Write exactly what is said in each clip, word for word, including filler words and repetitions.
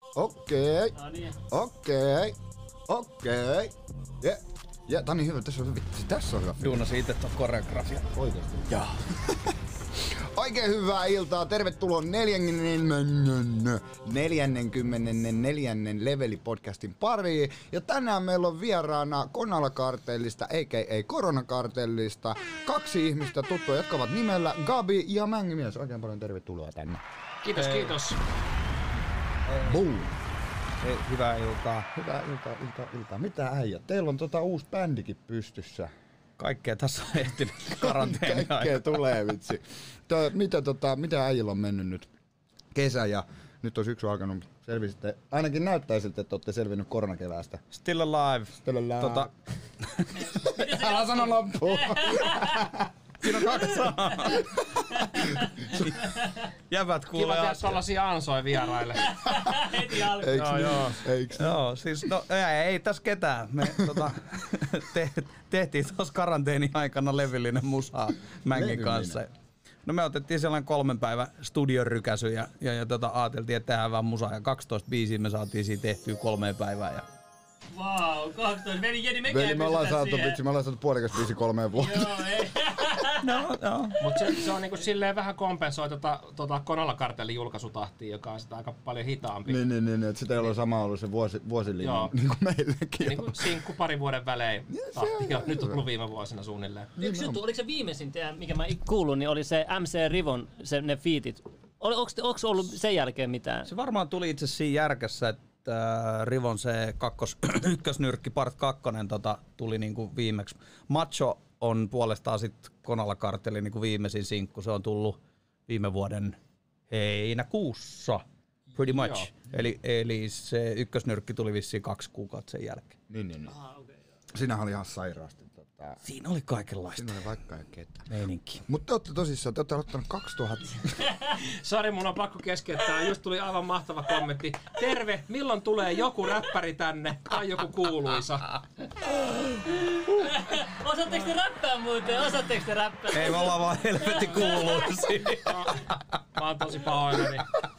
Okei. Okei. Okei. Ja, ja tää on niin hyvä. Tässä on hyvä. Tässä on hyvä. Duunasi itse tuon koreografia. Oikeesti. Joo. Oikein hyvää iltaa. Tervetuloa neljänkymmenennen neljännen Leveli-podcastin pariin. Ja tänään meillä on vieraana Konala-kartellista, a k a. Koronakartellista, kaksi ihmistä tuttuja, jotka ovat nimellä Gabi ja Mängimies. Oikein paljon tervetuloa tänne. Kiitos, Hei. kiitos. Boom. Hei, hyvää iltaa. Hyvää iltaa, iltaa, iltaa. Mitä äijä? Teillä on tota uusi bändikin pystyssä. Kaikkea tässä on ehtinyt karanteeni. Kaikkea tulee, vitsi. Tö, mitä, tota, mitä äijillä on mennyt nyt kesä ja nyt on syksy alkanut? Selvisitte, ainakin näyttää siltä, että olette selvinnyt koronakeväästä. Still alive. Still alive. Tota... Älä sano loppuun. Siinä on kaksi sanaa. Jävät kuulee. Kiva tehdä tollasia ansoja vieraille. Heti alkuun. Eiks joo, niin? joo. Eiks niin? Joo, siis no ei, ei tässä ketään. Me tota, te, tehtiin tuossa karanteenin aikana levyllinen musaa Mängin kanssa. No me otettiin sellainen kolmen päivän studiorykäsy ja, ja, ja tota, ajateltiin, että tehdään vähän musaa ja kaksitoista biisiä me saatiin siitä tehtyä kolmeen päivään. Ja... Vau, kaksitoista. Veli, Jeni, mekään Veli, me ollaan saatu, vitsi, me ollaan saatu puolikas biisi kolmeen vuoteen. Joo, ei. No, no. Mut se, se on niinku silleen vähän kompensoi tota, tota Konala-kartellin julkaisutahtia, joka on sitä aika paljon hitaampi. Niin, niin, niin, että sitä ei ole sama ollut se vuosi, vuosilinja, niin kuin meilläkin niin kuin sinkku parin vuoden välein tahti, ja nyt on tullut viime vuosina suunnilleen. Yksi juttu, oliko se viimeisin, teidän, mikä mä kuulun, niin oli se M C Rivon, se, ne fiitit. Onko ollut sen jälkeen mitään? Se varmaan tuli itse siinä järkässä, että Rivon se kakkos, ykkösnyrkki part kakkonen tota, tuli niinku viimeksi. Macho on puolestaan sitten Konala-kartellin niinku viimeisin sinkku. Se on tullut viime vuoden heinäkuussa, pretty much. Eli, eli se ykkösnyrkki tuli vissiin kaksi kuukautta sen jälkeen. Niin, niin, niin. Aha, okay, Siinähän oli ihan sairaasti. Tota... Siinä oli kaikenlaista. Siinä oli vaikka ja ketä. Meininki. Mutta te olette tosissaan, te olette aloittanut kaksituhatta. Sari, mun on pakko keskeyttää. Just tuli aivan mahtava kommentti. Terve, milloin tulee joku räppäri tänne tai joku kuuluisa? Osaatteko te räppää muuten? Osaatteko te räppää? Ei, me ollaan vaan helvetin kuuluisia. Mä oon tosi pahoillani.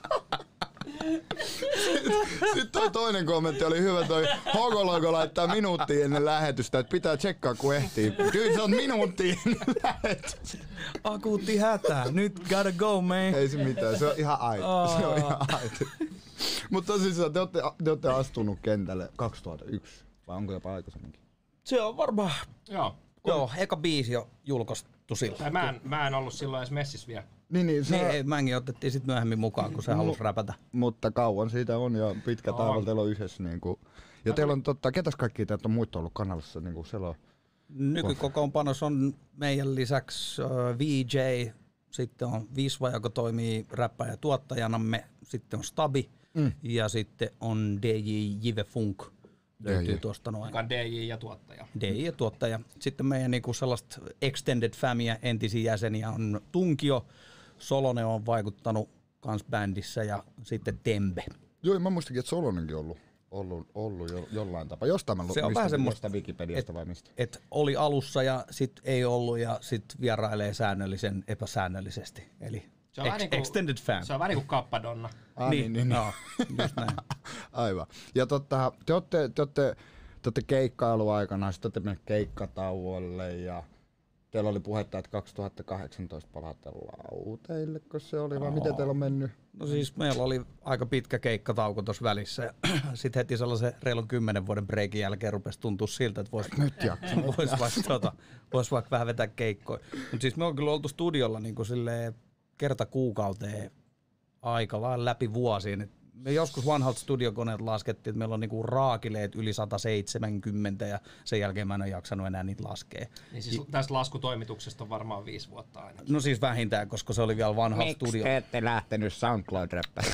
Sitten toi toinen kommentti oli hyvä, toi Hogologo laittaa minuuttia ennen lähetystä, että pitää tsekkaa kun ehtii. Kyllä se on minuuttia ennen lähetystä. Akuutti hätä, nyt gotta go man. Ei se mitään, se on ihan aito. Oh. Se on ihan aito. Mutta tosissaan te olette, te olette astunut kentälle kaksituhattayksi, vai onko jopa aikaisemminkin? Se on varmaan. Joo. Joo, eka biisi jo julkaistu silloin. Tai mä en, mä en ollut silloin edes messissä vielä. Niin, niin, se, Niin, ei, mäkin otettiin sit myöhemmin mukaan, kun se halusi räpätä. mutta kauan siitä on ja pitkä taival teillä on yhdessä. Niin kuin, ja teillä on totta, ketäs kaikki teitä on muita ollut kanavassa? Niin kuin siellä on, Nykykokoonpanos on meidän lisäksi uh, V J, sitten on Visva, joka toimii räppäjä tuottajanamme, sitten on Stabi mm. ja sitten on D J Jive Funk. Löytyy tuosta noin. Joka on D J ja tuottaja. D J ja tuottaja. Sitten meidän niinku sellaista extended famia entisiä jäseniä on Tunkio, Solonen on vaikuttanut kans bändissä ja sitten Tembe. joo, mä muistakin, että Solonenkin on ollut, ollut, ollut jo, jollain tapaa. Jostain mä Se on vähän semmoista Wikipediasta vai mistä? Et oli alussa ja sit ei ollut ja sit vierailee säännöllisen epäsäännöllisesti. Eli Se on ex- vähän niinku- extended fam. Se on vähän niinku Kappadonna. Ah, niin, niin, niin. No, just näin. Aivan. Ja totta, te olette, te olette, te olette keikkailuaikana, sitten olette menneet keikkatauolle ja teillä oli puhetta, että kaksituhattakahdeksantoista palaatte lauteille, kun se oli, vai oh. miten teillä on mennyt? No siis meillä oli aika pitkä keikkatauko tuossa välissä ja sitten heti sellaisen reilun kymmenen vuoden breikin jälkeen rupesi tuntua siltä, että voisi vois vaikka, tota, vois vaikka vähän vetää keikkoja. Mutta siis me on kyllä oltu studiolla niin kuin silleen kerta kuukauteen aika lailla läpi vuosiin. Et me joskus vanhalta studiokoneet laskettiin, että meillä on niinku raakileet yli sata seitsemänkymmentä ja sen jälkeen mä en ole jaksanut enää niitä laskea. Niin siis tästä laskutoimituksesta on varmaan viisi vuotta aina. No siis vähintään, koska se oli vielä vanha studio. Miksi te ette lähtenyt SoundCloud-räppäriin?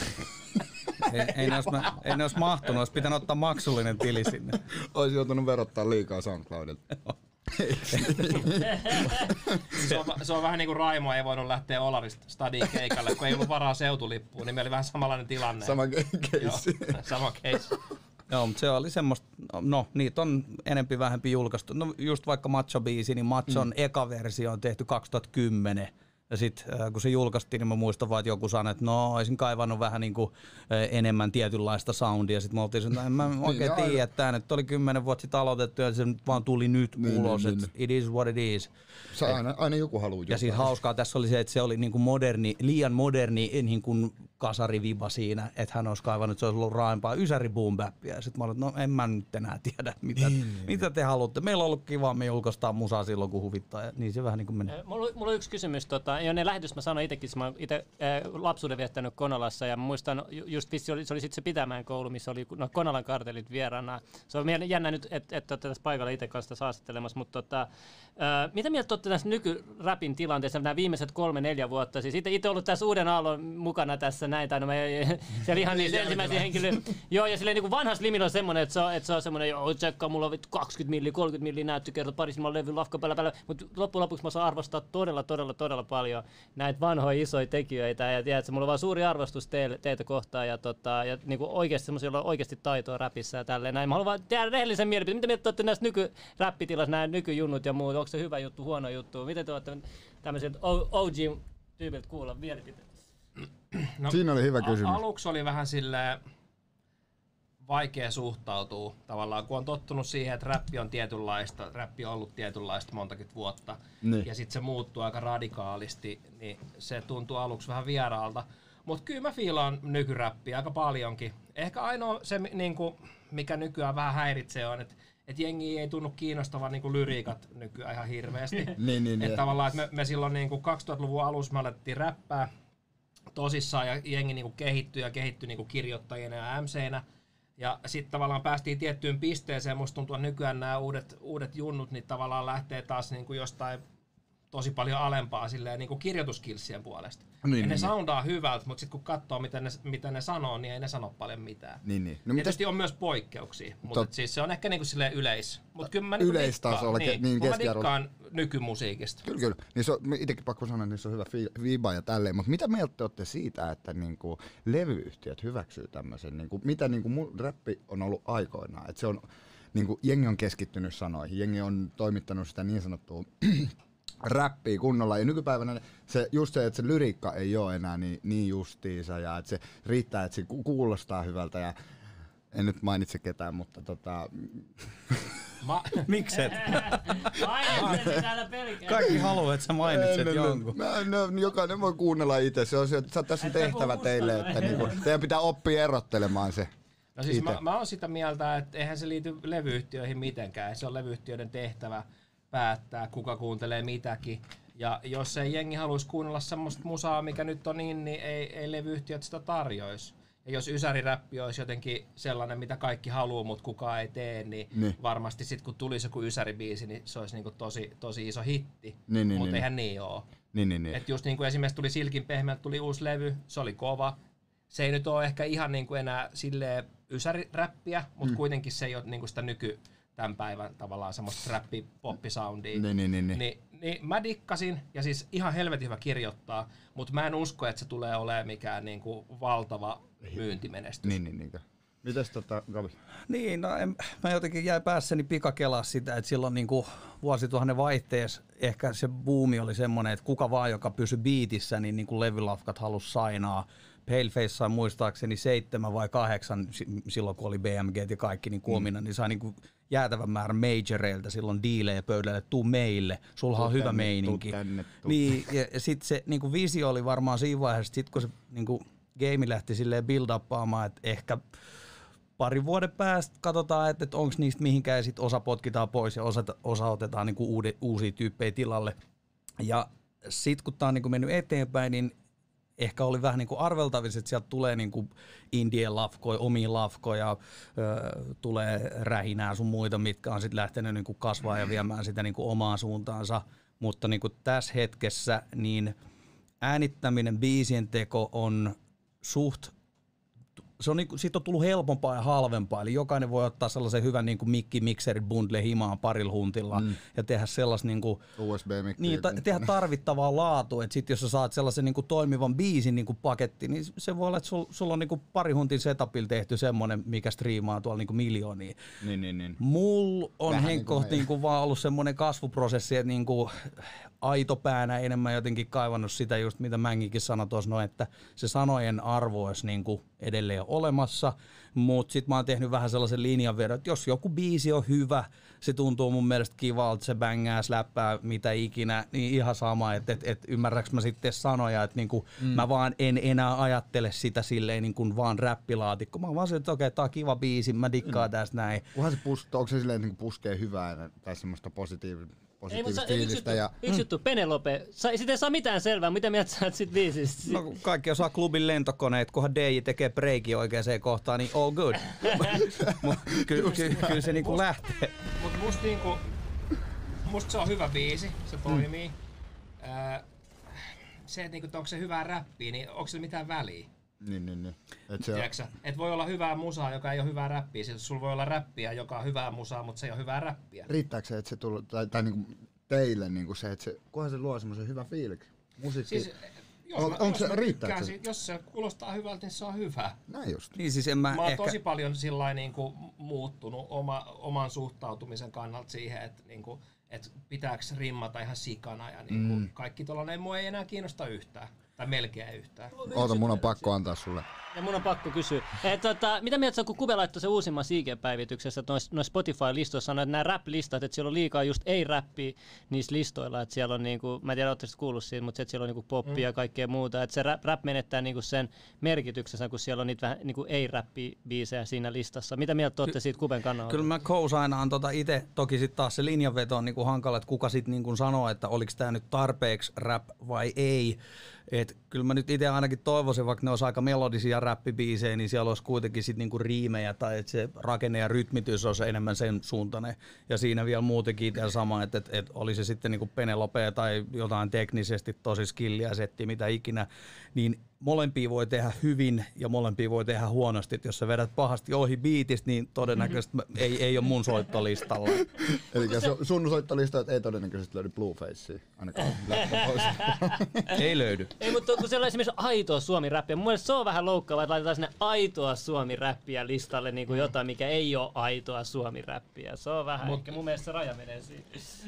ei, ei, ne olisi, ei ne olisi mahtunut, olisi pitänyt ottaa maksullinen tili sinne. Olisi joutunut verottaa liikaa SoundCloudilta. se, on, se on vähän niin kuin Raimo ei voinut lähteä Olarista stadiin keikalle, kun ei ollut varaa seutulippuun, niin meillä oli vähän samanlainen tilanne. Sama keissi. Sama keissi. Joo, mutta se oli semmoista, no niitä on enempi vähempi julkaistu. No just vaikka Macho-biisi, niin Machon mm. eka versio on tehty kaksituhattakymmenen Ja sitten kun se julkaistiin, niin mä muistan vaan, että joku sanoi, että no, olisin kaivannut vähän niin kuin enemmän tietynlaista soundia. Sitten me oltiin sen, että en mä oikein tiedä, että tämä nyt oli kymmenen vuotta sitten aloitettu ja se vaan tuli nyt niin, ulos, niin, että niin. It is what it is. Se aina, aina joku haluaa jotain. Ja siis hauskaa tässä oli se, että se oli niin kuin moderni, liian moderni niin kuin kasariviba siinä, että hän olisi kaivannut, että se olisi ollut raaempaa ysäri boom bapia. Ja sitten mä olin, että no en mä nyt enää tiedä, mitä, niin, mitä te haluatte. Meillä on ollut kiva, me julkaistaan musaa silloin, kun huvittaa. Ja niin se vähän niin kuin menee. Mulla, mulla on yksi kysymys. Tota, jo ne lähetys mä sanoin itsekin, mä oon itse äh, lapsuuden viettänyt Konalassa ja mä muistan just se oli, se oli sitten se Pitämään koulu, missä oli no, Konalan kartelit vieraana. Se on jännä nyt, että et olette tässä paikalla itse kanssa haastattelemassa, mutta tota, äh, mitä mieltä olette tässä nykyräpin tilanteessa nämä viimeiset kolme, neljä vuotta? Siis itse ollut tässä uuden aallon mukana tässä näin, tai no mä, se oli ihan niissä ensimmäisiä henkilöitä. Joo, ja silleen niin kuin vanhas limillä on semmoinen, että se on, että se on semmoinen, joo, tsekkaa, mulla on kaksikymmentä milliä, kolmekymmentä milliä näyttökertot, parissa mä oon levy lafka päällä päällä, mutta loppujen lopuksi mä saan arvostaa todella, todella, todella paljon näitä vanhoja isoja tekijöitä, ja tiedätkö, mulla on vaan suuri arvostus teille, teitä kohtaan, ja, tota, ja niin kuin oikeasti semmoisia, joilla on oikeasti taitoa räpissä ja tälleen näin. Mä haluan vaan tehdä rehellisen mielipiteen. Mitä mieltä olette näistä nykyräppitilassa, nämä nykyjunnut ja muut, onko se hyvä juttu, huono juttu? Miten te olette tämmöisiltä O G-tyypiltä kuulla mielipiteitä? No, Siinä oli hyvä kysymys. Aluksi oli vähän silleen vaikea suhtautua tavallaan, kun on tottunut siihen, että räppi on tietynlaista, räppi on ollut tietynlaista montakin vuotta, niin. Ja sitten se muuttuu aika radikaalisti, niin se tuntuu aluksi vähän vieraalta. Mutta kyllä mä fiilaan nykyräppiä aika paljonkin. Ehkä ainoa se, niinku, mikä nykyään vähän häiritsee, on, että et jengi ei tunnu kiinnostavan niinku lyriikat nykyään ihan hirveästi. niin, niin, et tavallaan, että me, me silloin niinku kaksituhattaluvun alussa me alettiin räppää tosissaan ja jengi niinku kehittyi ja kehittyi niinku kirjoittajina ja M C:nä. Ja sitten tavallaan päästiin tiettyyn pisteeseen, musta tuntuu, että nykyään nämä uudet, uudet junnut niin tavallaan lähtee taas niinku jostain tosi paljon alempaa silleen, niinku kirjoituskilsien puolesta. Niin, ja ne niin, soundaa niin. hyvältä, mutta sitten kun katsoo, miten ne, mitä ne sanoo, niin ei ne sano paljon mitään. Niin, niin. No, tietysti mitäs on myös poikkeuksia, mutta Tot... siis se on ehkä niinku silleen yleis. Mut kyllä mä niinku Yleistasolla, niin, niin mä dikkaan nykymusiikista. Kyllä, kyllä. Niin se on, itsekin pakko sanoa, että se on hyvä viiba ja tälleen, mutta mitä mieltä te olette siitä, että niinku levyyhtiöt hyväksyy tämmöisen, niinku, mitä niinku mun räppi on ollut aikoinaan, että se on, niinku, jengi on keskittynyt sanoihin, jengi on toimittanut sitä niin sanottua räppiä kunnolla, ja nykypäivänä se, just se, että se lyriikka ei ole enää niin, niin justiinsa, ja että se riittää, että se kuulostaa hyvältä, ja en nyt mainitse ketään, mutta tota... Ma- Mikset? Mainitsen täällä pelkää. Kaikki haluaa, että sä mainitset jonkun. Mä, no, jokainen voi kuunnella itse, se on se, että tässä on tehtävä teille, että niinku, teidän pitää oppia erottelemaan se. No siis mä, mä oon sitä mieltä, että eihän se liity levyyhtiöihin mitenkään, se on levyyhtiöiden tehtävä päättää, kuka kuuntelee mitäkin. Ja jos ei jengi haluaisi kuunnella semmoista musaa, mikä nyt on niin, niin ei, ei levyyhtiöt sitä tarjoisi. Ja jos ysäriräppi olisi jotenkin sellainen, mitä kaikki haluaa, mutta kukaan ei tee, niin, niin. varmasti sitten kun tulisi joku ysäribiisi, niin se olisi niinku tosi, tosi iso hitti. Niin, niin, mutta niin, eihän niin ole. Niin, niin, niin. Et just niin kuin esimerkiksi tuli Silkin pehmeät, tuli uusi levy, se oli kova. Se ei nyt ole ehkä ihan niin kuin enää silleen ysäriräppiä, mutta mm. kuitenkin se ei ole niin kuin sitä nyky... tämän päivän tavallaan semmoista räppi-poppisoundia. Niin, niin, niin, niin. Ni, niin mä dikkasin, ja siis ihan helvetin hyvä kirjoittaa, mutta mä en usko, että se tulee olemaan mikään niinku valtava myyntimenestys. Niin, niin, niin. Mites tota, Gabi? Niin, no en, mä jotenkin jäin päässäni pikakelaa sitä, että silloin niinku vuosituhannen vaihteessa ehkä se buumi oli semmoinen, että kuka vaan, joka pysyi biitissä, niin niinku levylafkat halusi sainaa. Paleface sai muistaakseni seitsemän vai kahdeksan silloin, kun oli B M G ja kaikki niin kuomina, mm. niin sai niinku jäätävän määrän majoreilta silloin diilejä pöydälle, tuu meille, sulla on hyvä tänne, meininki. Tänne, niin, ja, ja sitten se niinku visio oli varmaan siinä vaiheessa, sit kun se niinku game lähti silleen build-uppaamaan, että ehkä parin vuoden päästä katsotaan, että, että onko niistä mihinkään, ja sitten osa potkitaan pois ja osa, osa otetaan niinku uude, uusia tyyppejä tilalle. Ja sitten kun tämä on niinku mennyt eteenpäin, niin ehkä oli vähän niin kuin arveltavissa, että sieltä tulee niin kuin indien lafkoja, omia lafkoja, öö, tulee rähinää sun muita, mitkä on sitten lähtenyt niin kuin kasvaa ja viemään sitä niin kuin omaan suuntaansa. Mutta niin kuin tässä hetkessä niin äänittäminen, biisien teko on suht se on niinku, siitä on tullut helpompaa ja halvempaa, eli jokainen voi ottaa sellaisen hyvän niinku mikki mixerit bundle himaan parilla huntilla mm. ja tehdä sellaista niinku, U S B-mikki. Niin, ta- tehdä tarvittavaa laatua, että sit jos sä saat sellaisen niinku toimivan biisin niinku paketti, niin se voi olla, että sulla sul on niinku pari huntin setupilla tehty semmonen, mikä striimaa tuolla niinku miljoonia. Niin, niin, niin. Mulla on Vähän henkkoht niinku niinku vaan ollut semmonen kasvuprosessi, että niinku aitopäänä enemmän jotenkin kaivannut sitä just mitä Mängikin sanoi tuossa, no, että se sanojen arvo olisi niinku edelleen olemassa, mutta sit mä oon tehnyt vähän sellaisen linjanvedon, että jos joku biisi on hyvä, se tuntuu mun mielestä kivalta, se bängää, släppää, mitä ikinä, niin ihan sama, että et, et ymmärräks mä sitten sanoja, että niinku mm. mä vaan en enää ajattele sitä silleen niinku vaan räppilaatikko. Mä oon vaan se, että okei, tää on kiva biisi, mä dikkaan mm. tästä näin. Kunhan se pust, onko se silleen, että niinku puskee hyvää tai semmoista positiivista? Ei, mutta yksi juttu, ja... yksi juttu, Penelope, sitä ei saa mitään selvää, mitä mieltä sä oot sit biisistä? No kaikki osaa klubin lentokoneet, kunhan D J tekee breikin oikeaan kohtaan, niin all good. Kyllä ky, ky, se niinku lähtee. Mut musta, niinku, musta se on hyvä biisi, se toimii. Mm. Äh, se, että niinku, onko se hyvää räppiä, niin onko se mitään väliä? Niin, niin, niin. Et se on... Et voi olla hyvää musaa, joka ei ole hyvää räppiä. Siis sulla voi olla räppiä, joka on hyvää musaa, mutta se ei ole hyvää räppiä. Riittääkö se, että se tullut, tai, tai niinku teille niinku se, että se, kunhan se luo semmoisen hyvän fiiliksen? Musiikki... Siis, jos on, mä, onko jos se, riittääkö se? Jos se kuulostaa hyvältä, niin se on hyvä. Näin just. Niin, siis en mä mä oon ehkä... tosi paljon sillain niinku muuttunut oma, oman suhtautumisen kannalta siihen, että niinku, et pitääkö rimmata ihan sikana ja niinku, mm. kaikki tollanen mua ei enää kiinnosta yhtään. Tai melkein yhtään. Oota, mun on pakko antaa sulle. Ja mun on pakko kysyä. Et, tota, mitä mieltä sä, kun Kube laittoi se uusimman C G-päivityksessä, että noissa nois Spotify-listoissa sanoo, että nämä rap-listat, että siellä on liikaa just ei-räppiä niissä listoilla. Että siellä on niinku, mä en tiedä, ootteko kuullut siitä, mutta että siellä on niinku poppia mm. ja kaikkea muuta. Että se rap, rap menettää niinku sen merkityksensä, kun siellä on niitä vähän niinku ei-räppi-biisejä siinä listassa. Mitä mieltä ootte siitä Kuben kannalta? Kyllä mä co-signaan tota itse. Toki sitten taas se linjanveto on niinku hankala, että kuka sitten niinku sanoo, että oliko tämä nyt tarpeeksi rap vai ei. Et kyllä mä nyt itse ainakin toivoisin, vaikka ne olisi aika melodisia räppibiisejä, niin siellä olisi kuitenkin sit niinku riimejä tai että se rakenne ja rytmitys olisi enemmän sen suuntainen. Ja siinä vielä muutenkin itse sama, että et, et oli se sitten niinku Penelope tai jotain teknisesti tosi skilliä setti, mitä ikinä, niin molempia voi tehdä hyvin ja molempia voi tehdä huonosti. Et jos sä vedät pahasti ohi biitistä, niin todennäköisesti mm-hmm. ei, ei ole mun soittolistalla. Eli sun soittolista ei todennäköisesti löydy Bluefacea, ainakaan pois. Ei löydy. Ei, mutta kun siellä on esimerkiksi aitoa suomi-räppiä, mun mielestä se on vähän loukkaavaa, että laitetaan sinne aitoa suomi-räppiä listalle niin kuin jotain, mikä ei ole aitoa suomi-räppiä. Se on vähän, Mut, mun mielestä se raja menee siinä.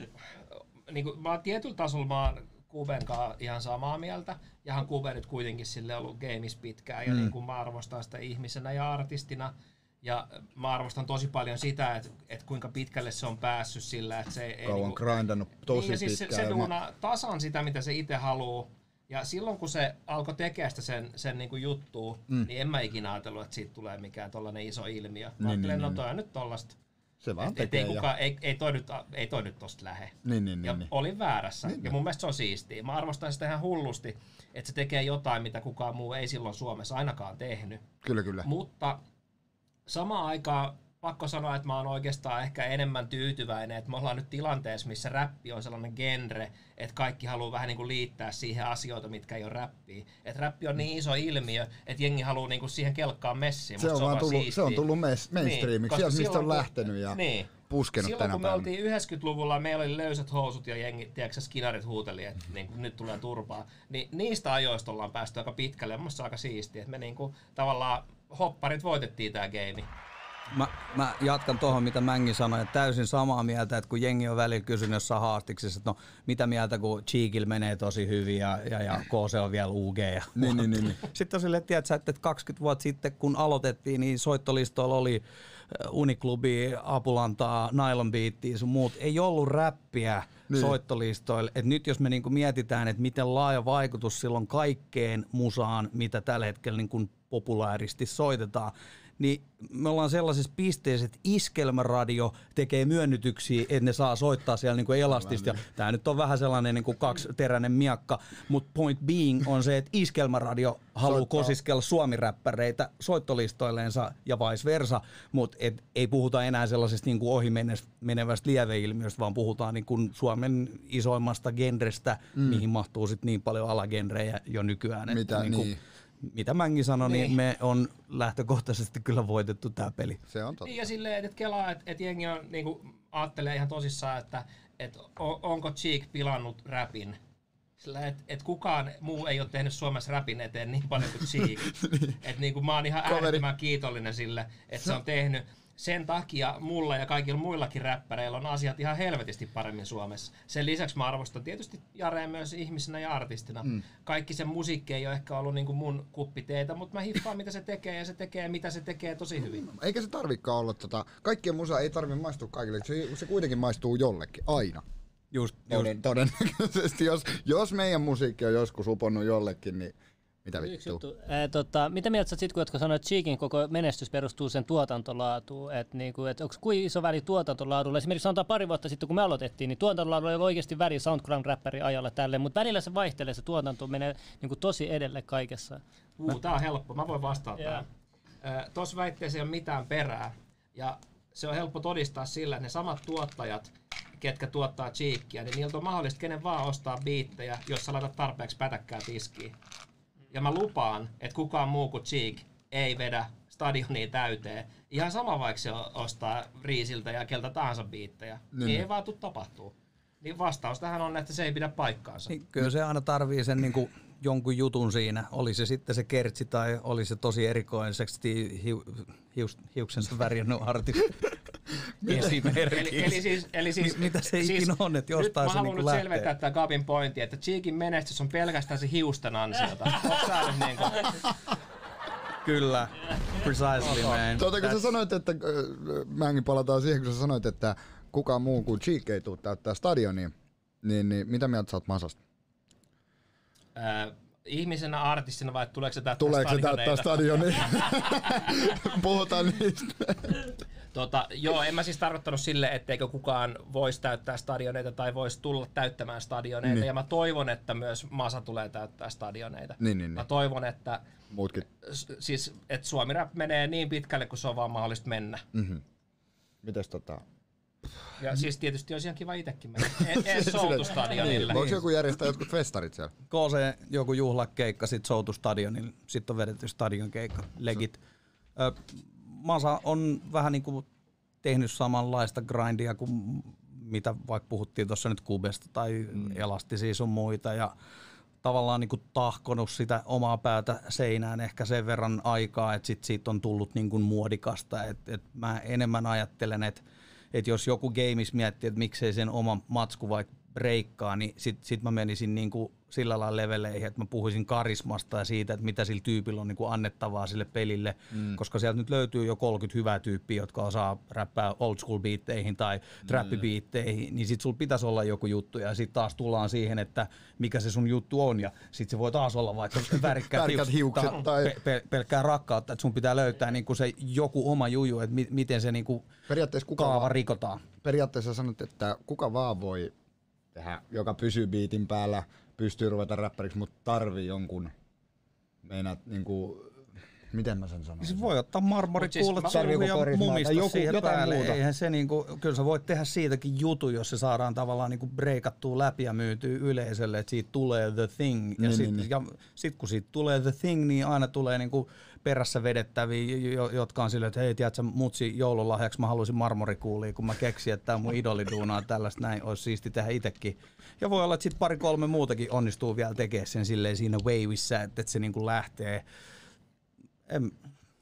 Niin kuin, mä oon tietyllä tasolla mä oon Kuben kanssa ihan samaa mieltä. Jahan Kube nyt kuitenkin sille ollut gameissa pitkään ja mm. niin kuin mä arvostan sitä ihmisenä ja artistina. Ja mä arvostan tosi paljon sitä, että, että kuinka pitkälle se on päässyt sillä, että se ei... Kauan niin grindannut tosi niin, ja siis pitkään. Se, se duuna tasan sitä, mitä se itse haluaa. Ja silloin kun se alkoi tekemään sitä sen, sen niin kuin juttua, mm. niin en mä ikinä ajatellut, että siitä tulee mikään tollainen iso ilmiö. Mä niin, ajattelin, niin, no toi on niin. nyt tollasta. Se vaan et, tekee. Et ei, kukaan, ei, ei, toi nyt, ei toi nyt tosta lähe. Niin, niin, ja niin. olin väärässä. Niin, ja mun mielestä se on siistiä. Mä arvostan sitä ihan hullusti, että se tekee jotain, mitä kukaan muu ei silloin Suomessa ainakaan tehnyt. Kyllä, kyllä. Mutta samaan aikaan pakko sanoa, että mä oon oikeastaan ehkä enemmän tyytyväinen, että me ollaan nyt tilanteessa, missä räppi on sellainen genre, että kaikki haluaa vähän niin kuin liittää siihen asioita, mitkä ei ole räppiä. Että räppi on niin iso ilmiö, että jengi haluaa niin kuin siihen kelkkaan messiin. Se on, se on, tullut, se on tullut mainstreamiksi, niin, sieltä mistä on lähtenyt ja niin. puskenut silloin, tänä kun päivänä. me oltiin yhdeksänkymmentäluvulla, meillä oli löysät housut ja jengi, tiedätkö, skinarit huuteli, että niin kuin, nyt tulee turpaa. Niin niistä ajoista ollaan päästy aika pitkälle ja mun mielestä aika siistiä, että me niin kuin, tavallaan hopparit voitettiin tää game. Mä, mä jatkan tuohon, mitä Mängi sanoi, että täysin samaa mieltä, että kun jengi on välillä kysynyt jossain haastiksessa, että no mitä mieltä, kun Cheekil menee tosi hyvin ja, ja, ja K C on vielä U G. Ja niin, niin, niin. Sitten on silleen, että että kaksikymmentä vuotta sitten, kun aloitettiin, niin soittolistoilla oli Uniklubi, Apulantaa, Nylon Beattia sun muut. Ei ollut räppiä niin. soittolistoille. Et nyt jos me niinku mietitään, että miten laaja vaikutus silloin kaikkeen musaan, mitä tällä hetkellä niinku populaaristi soitetaan, niin me ollaan sellaisessa pisteessä, että Iskelmäradio tekee myönnytyksiä, että ne saa soittaa siellä niinku elastista. Tämä nyt on vähän sellainen niinku kaksiteräinen miakka, mutta point being on se, että Iskelmäradio haluaa kosiskella suomiräppäreitä soittolistoilleensa ja vice versa, mutta ei puhuta enää sellaisesta niinku ohi menevästä lieveilmiöstä, vaan puhutaan niinku Suomen isoimmasta genrestä, mm. mihin mahtuu sit niin paljon alagenrejä jo nykyään. Mitä niinku, niin? mitä Mängi sanoi, niin. niin me on lähtökohtaisesti kyllä voitettu tää peli. Se on totta. Niin ja silleen, että kelaa, että et jengi on, niinku, ajattelee ihan tosissaan, että et on, onko Cheek pilannut räpin. Sillä että et kukaan muu ei ole tehnyt Suomessa räpin eteen niin paljon kuin Cheek. Että niinku, mä oon ihan äärettömän kiitollinen sille, että se on tehnyt. Sen takia mulla ja kaikilla muillakin räppäreillä on asiat ihan helvetisti paremmin Suomessa. Sen lisäksi mä arvostan tietysti Jareen myös ihmisenä ja artistina. Mm. Kaikki sen musiikki ei ole ehkä ollut niinku mun kuppiteitä, mutta mä hiffaan mitä se tekee ja se tekee mitä se tekee tosi hyvin. Eikä se tarvikaan olla tota, kaikkien musa ei tarvitse maistua kaikille, se, se kuitenkin maistuu jollekin, aina. Just, Toden, just. Todennäköisesti, jos, jos meidän musiikki on joskus uponnut jollekin, niin mitä vittu? Ää, tota, mitä mieltä sä sit, kun jotka sanoit, että Cheekin koko menestys perustuu sen tuotantolaatuun? Että niinku, et onko kuinka iso väli tuotantolaadulla? Esimerkiksi sanotaan pari vuotta sitten, kun me aloitettiin, niin tuotantolaadulla ei ole oikeasti väli SoundCloud-räppärin ajalla tälleen, mutta välillä se vaihtelee, se tuotanto menee niinku tosi edelle kaikessa. Uh, tää on helppo, mä voin vastata yeah. tähän. Tuossa väitteessä ei ole mitään perää, ja se on helppo todistaa sillä, että ne samat tuottajat, ketkä tuottaa Cheekia, niin niiltä on mahdollista kenen vaan ostaa biittejä, jos sä laitat tarpeeksi pätäkkää tiskiin. Ja mä lupaan, että kukaan muu kuin Cheek ei vedä stadionia täyteen. Ihan sama vaikka se ostaa Riisiltä ja keltä tahansa biittejä. Niin, niin ei vaan tule tapahtuu. Niin vastaus tähän on, että se ei pidä paikkaansa. Niin, kyllä se aina tarvii sen niin kuin jonkun jutun siinä. Oli se sitten se kertsi tai oli se tosi erikoiseksi hiu, hius, hiuksensa värjännyt artisti. Eli, eli siis, eli siis, mitä se siis, ikinä on, että jostain nyt se niin nyt lähtee. selvittää tämä Gabin pointti, että Cheekin menestys on pelkästään se hiusten ansiota. niin kuin... Kyllä, precisely man. Tuota, kun sä sanoit, että äh, mäkin palataan siihen, kun sä sanoit, että kukaan muu kuin Cheek ei tule täyttää stadionia, niin, niin mitä mieltä sä oot Masasta? Äh, ihmisenä, artistina vai tuleeko se täyttää Tuleeko se täyttää stadionia? Puhutaan niistä. Tota, joo, en mä siis tarkoittanut sille, etteikö kukaan voisi täyttää stadioneita tai voisi tulla täyttämään stadioneita. Niin. Ja mä toivon, että myös Masa tulee täyttää stadioneita. Niin, niin, mä niin. toivon, että, Muutkin. siis, että Suomi Rap menee niin pitkälle, kun se on vaan mahdollista mennä. Mm-hmm. Mites tota... Ja siis tietysti olisi ihan kiva itsekin mennä. En, en Soutustadionille. Voiko joku järjestää jotkut festarit siellä? K C joku juhlakeikka, sit Soutustadionille, sit on vedetty stadionkeikka, legit. Ö, Masa on vähän niinku tehnyt samanlaista grindia kuin mitä vaikka puhuttiin tuossa nyt Kubesta tai mm. Elastisia sun muita ja tavallaan niinku tahkonut sitä omaa päätä seinään ehkä sen verran aikaa, että sit siitä on tullut niinku muodikasta. Et, et mä enemmän ajattelen, että et jos joku gameis miettii, että miksei sen oma matsku vaikka breikkaa, niin sit, sit mä menisin niinku sillä lailla leveleihin, että mä puhuisin karismasta ja siitä, että mitä sillä tyypillä on niinku annettavaa sille pelille, mm. koska sieltä nyt löytyy jo kolmekymmentä hyvää tyyppiä, jotka osaa räppää old school biitteihin tai trappibiitteihin, niin sit sulla pitäisi olla joku juttu ja sit taas tullaan siihen, että mikä se sun juttu on ja sit se voi taas olla vaikka värikkäät hiukset, hiukset tai pe- pe- pelkkää rakkautta, että sun pitää löytää niinku se joku oma juju, että mi- miten se niinku kaava vaan rikotaan. Periaatteessa sanot, että kuka vaan voi tehdä, joka pysyy biitin päällä, pystyy ruveta räppäriksi, mutta tarvii jonkun, meinaat niinku, miten mä sen sanon? Se voi ottaa marmorikuulet siis, suuhun ja mumista joku, siihen päälle. Muuta. Eihän se niinku, kyllä sä voit tehdä siitäkin jutu, jos se saadaan tavallaan niinku breikattua läpi ja myytyä yleisölle, että siitä tulee The Thing. Ja niin, sitten niin, ja sit kun siitä tulee The Thing, niin aina tulee niinku perässä vedettäviä, jotka on silleen, että hei, tiedätkö, mutsi joululahjaksi mä haluaisin marmorikuulia, kun mä keksin, että tää mun idoliduunaa tällaista näin, olisi siisti tehdä itsekin. Ja voi olla, että sit pari kolme muutakin onnistuu vielä tekemään sen silleen siinä wavissä, että, että se niinku lähtee. En...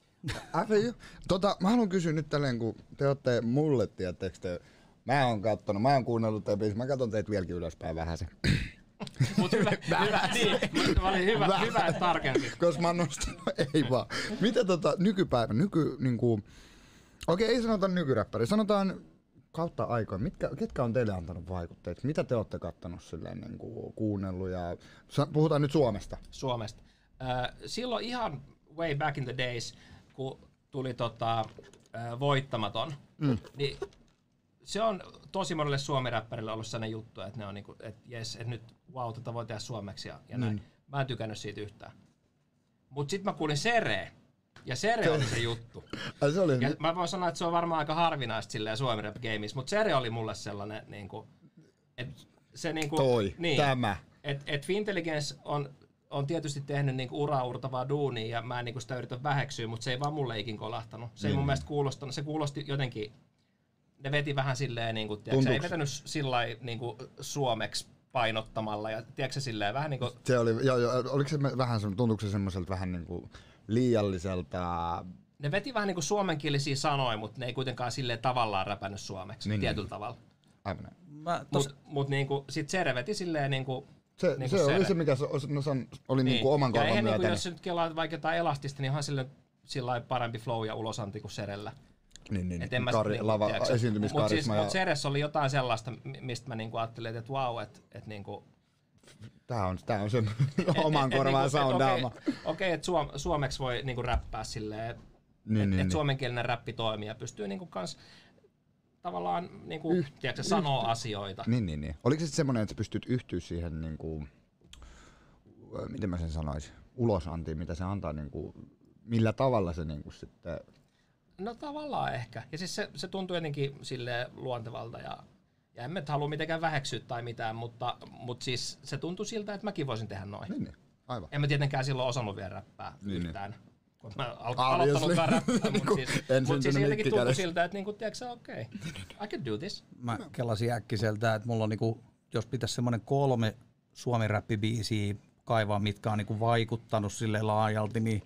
tota, mä haluan kysyä nyt tälleen, kun te ootte mulle, tiedättekö te, mä oon kattonut, mä oon kuunnellut teitä biisiä, mä katson teitä vieläkin ylöspäin vähän se. Mut hyvä, hyvä, niin, mä olin hyvä, hyvä, että tarkensit. Koska mä oon nostanut, ei vaan. Mitä tota nykypäivä, nyky, niinku, okei ei sanota nykyräppäri, sanotaan kautta aikoja, mitkä, ketkä on teille antanut vaikutteet? Mitä te ootte kattonut silleen niinku kuunnellut ja, puhutaan nyt Suomesta. Suomesta. Äh, silloin ihan way back in the days, kun tuli tota, äh, Voittamaton, mm. niin se on tosi monelle suomiräppärille ollut sellainen juttu, että ne on niinku, että jes, että nyt wow, tätä voi tehdä suomeksi ja, ja näin. Mm. Mä en tykännyt siitä yhtään. Mut sit mä kuulin Seree, ja Sere oli se juttu. Ai, se oli... Ja mä voin sanoa, että se on varmaan aika harvinaista silleen suomi rap gameissa, mut Sere oli mulle sellainen niinku, että se niinku... Toi, niin, tämä. Että et Fintelligence on on tietysti tehnyt niinku uraurtavaa duunia ja mä en niinku sitä yritä väheksyä, mutta se ei vaan mulle ikin kolahtanut. Se ei mun mielestä kuulostanut, se kuulosti jotenkin, ne veti vähän silleen, niinku, tiedätkö, se ei vetänyt sillai niinku suomeksi painottamalla ja tiedätkö silleen vähän niinku... Se oli, joo, joo, oliko se vähän, tuntuuko se semmoiselta vähän niinku liialliselta... Ne veti vähän niinku suomenkielisiä sanoja, mutta ne ei kuitenkaan silleen tavallaan räpännyt suomeksi niin, tietyllä niin. tavalla. Aivan. Mutta mut niinku, sit Sere veti silleen niinku... Se, niinku se oli se, mikä so, no, se oli niin. niinku oman korvan myötä. Niinku, jos nyt kelaat vaikka jotain elastista, niin onhan sille sillä parempi flow ja ulosanti kuin Serellä. Niin, niin. Et mä, Kari, niin, lava, esiintymiskarisma. Mutta siis, ja... mut Seressä oli jotain sellaista, mistä mä niinku ajattelin, että vau, että et niinku... Tää on, tää on se oman korvaan soundaama. Okei, okay, että suom, suomeksi voi niinku räppää silleen, että niin, et, niin, et niin. suomenkielinen räppi toimii ja pystyy niinku kans tavallaan niinku, Yht, tiedätkö, sanoa yht, asioita. Niin, niin, niin. Oliko se sitten semmoinen, että sä pystyt yhtyä siihen, niinku, miten mä sen sanoisin, ulosantiin, mitä se antaa, niinku, millä tavalla se niinku sitten... No tavallaan ehkä. Ja siis se, se tuntuu jotenkin silleen luontevalta ja, ja en mä nyt halua mitenkään väheksyä tai mitään, mutta, mutta siis se tuntuu siltä, että mäkin voisin tehdä noin. Niin, niin. Aivan. En mä tietenkään silloin osannut vielä räppää niin, yhtään. Niin. Kun mä al- aloittanutkaan räppää, mutta siis, mut siis jotenkin tuntui siltä, että niinku, tiedätkö okei, okay, I can do this. Mä kelasin äkkiseltä, että mulla on niinku, jos pitäisi semmoinen kolme suomi-räppibiisiä kaivaa, mitkä on niinku vaikuttanut sille laajalti, niin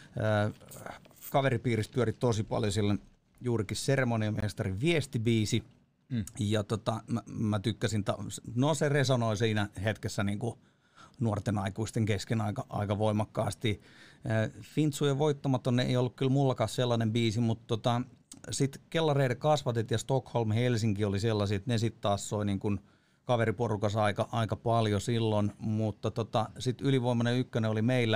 äh, kaveripiiristä pyöri tosi paljon silloin juurikin Seremoniamestarin viestibiisi. Mm. Ja tota, mä, mä tykkäsin, ta- no se resonoi siinä hetkessä niinku nuorten aikuisten kesken aika, aika voimakkaasti. Fintsujen voittamaton ei ollut kyllä mullakaan sellainen biisi, mutta tota, sitten Kellareiden kasvatit ja Stockholm Helsinki oli sellaisia, että ne sitten taas soi niin kuin kaveriporukassa aika, aika paljon silloin, mutta tota, sitten Ylivoimainen ykkönen oli meillä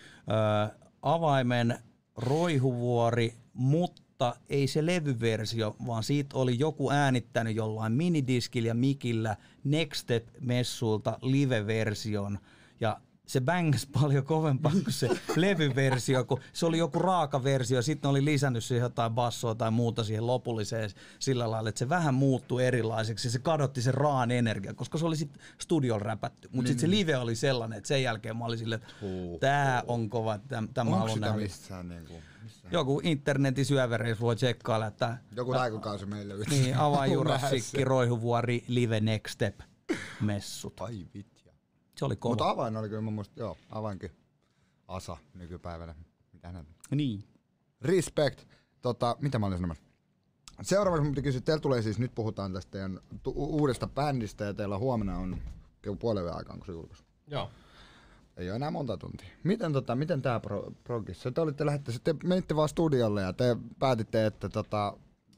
ö, avaimen Roihuvuori, mutta ei se levyversio, vaan siitä oli joku äänittänyt jollain minidiskillä ja mikillä Next Step-messulta live-version, ja se bängs paljon kovempaa kuin se levyversio, kun se oli joku raaka versio, sitten oli lisännyt siihen jotain bassoa tai muuta siihen lopulliseen sillä lailla, että se vähän muuttui erilaiseksi ja se kadotti sen raan energian, koska se oli sitten studiolla räpätty. Mutta sitten se live oli sellainen, että sen jälkeen mä olin silleen, että tää on kova, tämä haluan nähdä. Missään niinku? Joku internetin syövereissä voi tsekkailla, että... Joku taikokausi meille. Niin, Avainjurassikki, Roihuvuori, Live Next Step messut. Ai vitja. Se oli kova. Mutta avain oli kyllä mun mielestä, joo, avainkin Asa nykypäivänä. Mitä näin? Niin. Respect. Tota, mitä mä olin sanomassa? Seuraavaksi mun piti kysyä, teillä tulee siis, nyt puhutaan tästä teidän tu- uudesta bändistä ja teillä huomenna on puolen yön aikaan, kun se julkaisu. Joo. Ei ole enää monta tuntia. Miten, tota, miten tää pro, progissa? Te olitte lähdette, te menitte vaan studiolle ja te päätitte, että tota...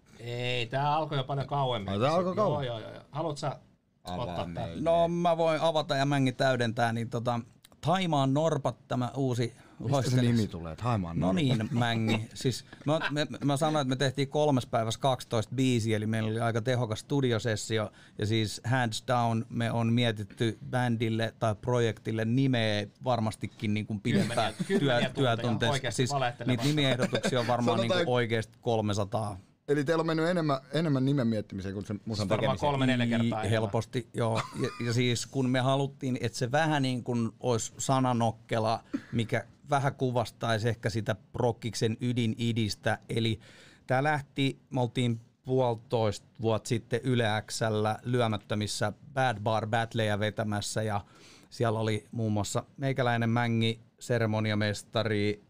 Ei, tää alkoi jo paljon kauemmin. Ai, tää alkoi kauemmin? Joo, joo, joo. Haluatko sä ottaa tämän? No mä voin avata ja Mängi täydentää, niin tota, Thaimaan Norpat, tämä uusi Mistä se nimi tulee? Thaimaan Norpat? No niin, Mängi. Siis mä, me, mä sanoin, että me tehtiin kolmes päivässä kaksitoista biisiä, eli meillä oli aika tehokas studiosessio, ja siis hands down me on mietitty bändille tai projektille nimeä varmastikin niin kuin pidempään työ, työtunteessa. Siis niitä nimiehdotuksia on varmaan niin kuin oikeasti kolmesataa. Eli teillä on mennyt enemmän, enemmän nimen miettimiseen kuin se musan tekemiseen. kolme neljä kertaa. Helposti, joo. Ja, ja siis kun me haluttiin, että se vähän niin kuin olisi sananokkela, mikä vähän kuvastaisi ehkä sitä prokkiksen ydinidistä. Eli tää lähti, me oltiin puolitoista vuotta sitten Yle X:llä lyömättömissä Bad Bar Battleja vetämässä, ja siellä oli muun muassa meikäläinen Mängi, Seremoniamestari,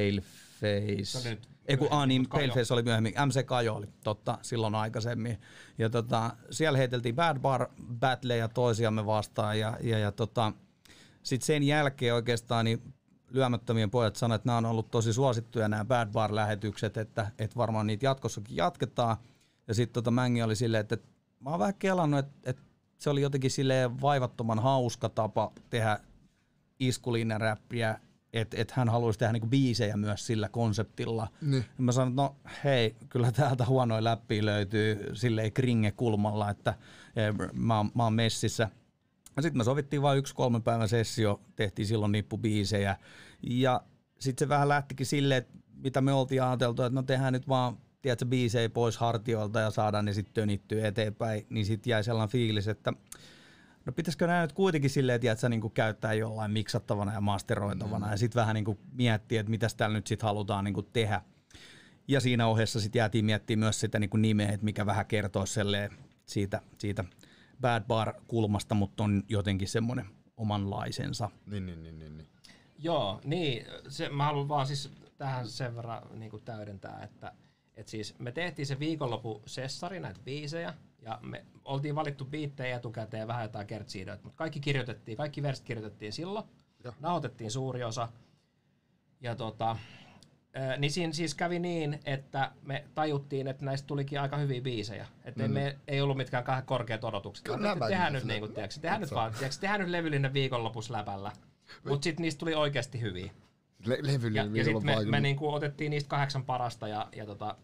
Paleface. Ei kun, ah, niin Paleface oli myöhemmin, M C Kajo oli totta silloin aikaisemmin. Ja tota, siellä heiteltiin Bad Bar Battleja toisiamme vastaan, ja, ja, ja tota, sitten sen jälkeen oikeastaan niin lyömättömien pojat sanoivat, että nämä on ollut tosi suosittuja nämä Bad Bar-lähetykset, että, että varmaan niitä jatkossakin jatketaan. Ja sitten tota Mängi oli silleen, että, että mä oon vähän kelannut, että, että se oli jotenkin silleen vaivattoman hauska tapa tehdä iskulinjaräppiä, että et hän haluaisi tehdä niinku biisejä myös sillä konseptilla. Niin. Mä sanoin, että no hei, kyllä täältä huonoja läppiä löytyy silleen kringe-kulmalla, että mä oon, mä oon messissä. Sitten me sovittiin vain yksi kolmen päivän sessio, tehtiin silloin nippubiisejä. Ja sitten se vähän lähtikin silleen, että mitä me oltiin ajateltu, että no tehdään nyt vaan tiedätkö, biisejä pois hartioilta ja saadaan ne sitten tönittyä eteenpäin. Niin sitten jäi sellainen fiilis, että no pitäisikö nämä nyt kuitenkin silleen, että sä niinku käyttää jollain miksattavana ja masteroitavana mm. ja sitten vähän niinku miettiä, että mitäs täällä nyt sitten halutaan niinku tehdä. Ja siinä ohessa sitten jäätiin miettimään myös sitä niinku nimeä, että mikä vähän kertoo siitä, siitä Bad Bar-kulmasta, mutta on jotenkin semmoinen omanlaisensa. Niin, niin, niin, niin. Joo, niin. Se, mä haluan vaan siis tähän sen verran niin kuin täydentää, että et siis me tehtiin se viikonloppu-sessari, näitä biisejä, ja me oltiin valittu biittejä etukäteen ja vähän jotain kertsiidoita, mutta kaikki kirjoitettiin, kaikki versit kirjoitettiin silloin, ja. nauhoitettiin suuri osa, ja tota, ää, niin siinä siis kävi niin, että me tajuttiin, että näistä tulikin aika hyviä biisejä, että mm. me ei ollut mitkään kahden korkeat odotukset, että tehdään nyt, niinku, tiiäks, tehdään nyt vaan, tiiäks, tehdään nyt levyllinen viikonlopusläpällä, mutta sitten niistä tuli oikeasti hyviä. Le- levyllinen ja ja sitten me, me niinku otettiin niistä kahdeksan parasta ja, ja tota,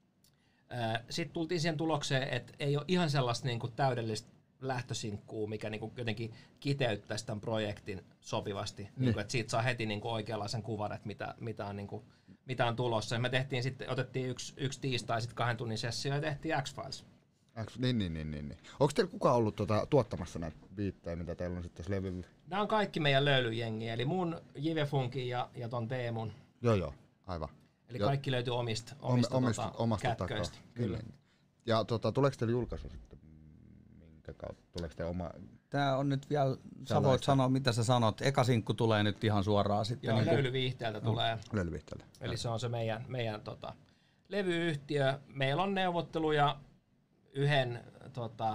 sitten tultiin siihen tulokseen, että ei ole ihan sellaista niinku täydellistä lähtösinkkuu, mikä niinku jotenkin kiteyttäisi tämän projektin sopivasti. Mm. Niinku, että siitä saa heti niinku oikeanlaisen kuvan, että mitä, mitä, on, niinku, mitä on tulossa. Ja me tehtiin sitten, otettiin yksi, yksi tiistai, sitten kahden tunnin sessio ja tehtiin X-Files. X, niin, niin, niin, niin. Onko teillä kukaan ollut tuota, tuottamassa näitä biittejä, mitä teillä on sitten tässä levyllä? Nämä on kaikki meidän löylyjengiä, eli mun, Jive Funkin ja, ja ton Teemun. Joo, joo, aivan. Eli jo. Kaikki löytyy omista, omista, omista tota, omasta kätköistä. Kyllä. Niin. Ja tota, tuleeko teille julkaisu sitten? Minkä kautta? Tuleeko teille oma? Tää on nyt vielä, sä voit sanoa mitä sä sanot. Eka sinkku tulee nyt ihan suoraan sitten. Joo, niin Löylyviihteeltä tulee. Löylyvihteeltä. Eli se on se meidän, meidän tota, levyyhtiö. Meillä on neuvotteluja yhden, tota,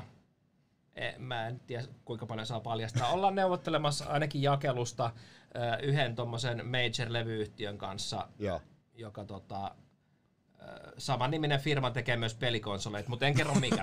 mä en tiedä kuinka paljon saa paljastaa. Ollaan neuvottelemassa ainakin jakelusta yhden tommosen major-levyyhtiön kanssa. Joo. Joka tota, saman niminen firma tekee myös pelikonsoleita, mutta en kerro mikä.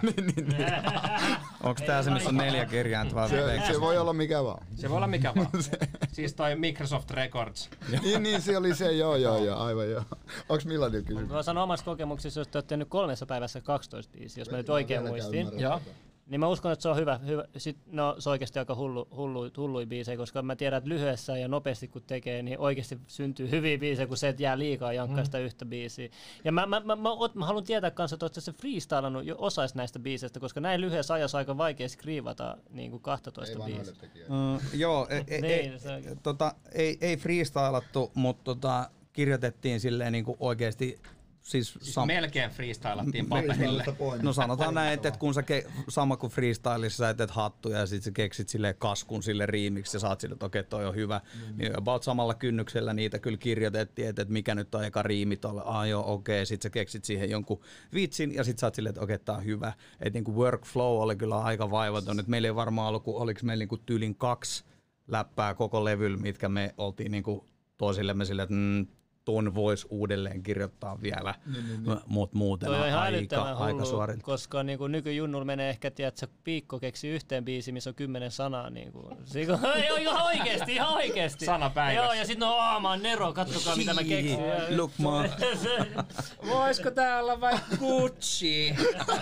Onko tää se, missä on neljä kirjainta? Se, se voi olla mikä vaan. Se voi olla mikä vaan. Siis toi Microsoft Records. niin, niin, se oli se, joo, joo, joo, aivan joo. Onko millainen kysymys? Mä sanon omassa kokemuksessa, jos te olette tehnyt kolmessa päivässä kaksitoista biisiä, jos mä nyt oikein muistin. Joo. Niin mä uskon, että se on hyvä. hyvä. Sitten, no, se on oikeasti aika hullu, hullu, hulluja biisejä, koska mä tiedän, että lyhyessä ja nopeasti kun tekee, niin oikeasti syntyy hyviä biisejä, kun se, että jää liikaa jankkaa sitä mm. yhtä biisiä. Ja mä, mä, mä, mä, mä haluan tietää kanssa, että oletko se freestylannut jo osais näistä biiseistä, koska näin lyhyessä ajassa aika vaikea skriivata niin kuin kaksitoista biisiä. Mm, joo, ei, niin, ei, tota, ei, ei freestylattu, mutta tota, kirjoitettiin silleen niin kuin oikeasti. Siis, siis sam- melkein freestylattiin paperille. No sanotaan näin, että kun sä ke- sama kuin freestylissa sä etet hattuja ja sit sä keksit silleen kaskun sille riimiksi ja saat sille, että okei, okay, toi on hyvä. Mm. Niin about samalla kynnyksellä niitä kyllä kirjoitettiin, että, että mikä nyt on eka riimi tolle. Ah joo, okei, okay. Sit sä keksit siihen jonkun vitsin ja sit sä oot silleen, että okei, okay, tää on hyvä. Et niinku workflow oli kyllä aika vaivaton. Et meillä ei varmaan ollut, kun oliks meillä niinku tyylin kaksi läppää koko levyllä, mitkä me oltiin niinku toisillemme silleen, että mm, ton voisi uudelleen kirjoittaa vielä, niin, niin, niin. mutta muuten on, on aika, aika suorilta. Koska niin nykyjunnulla menee ehkä, että Piikko keksii yhteen biisiin, missä on kymmenen sanaa. Niin kuin, ihan oikeesti, ihan oikeesti. Sana päivässä. Joo, ja sitten no aah, mä oon Nero, katsokaa mitä mä keksin. Look man. Voisiko tää olla vaikka Gucci?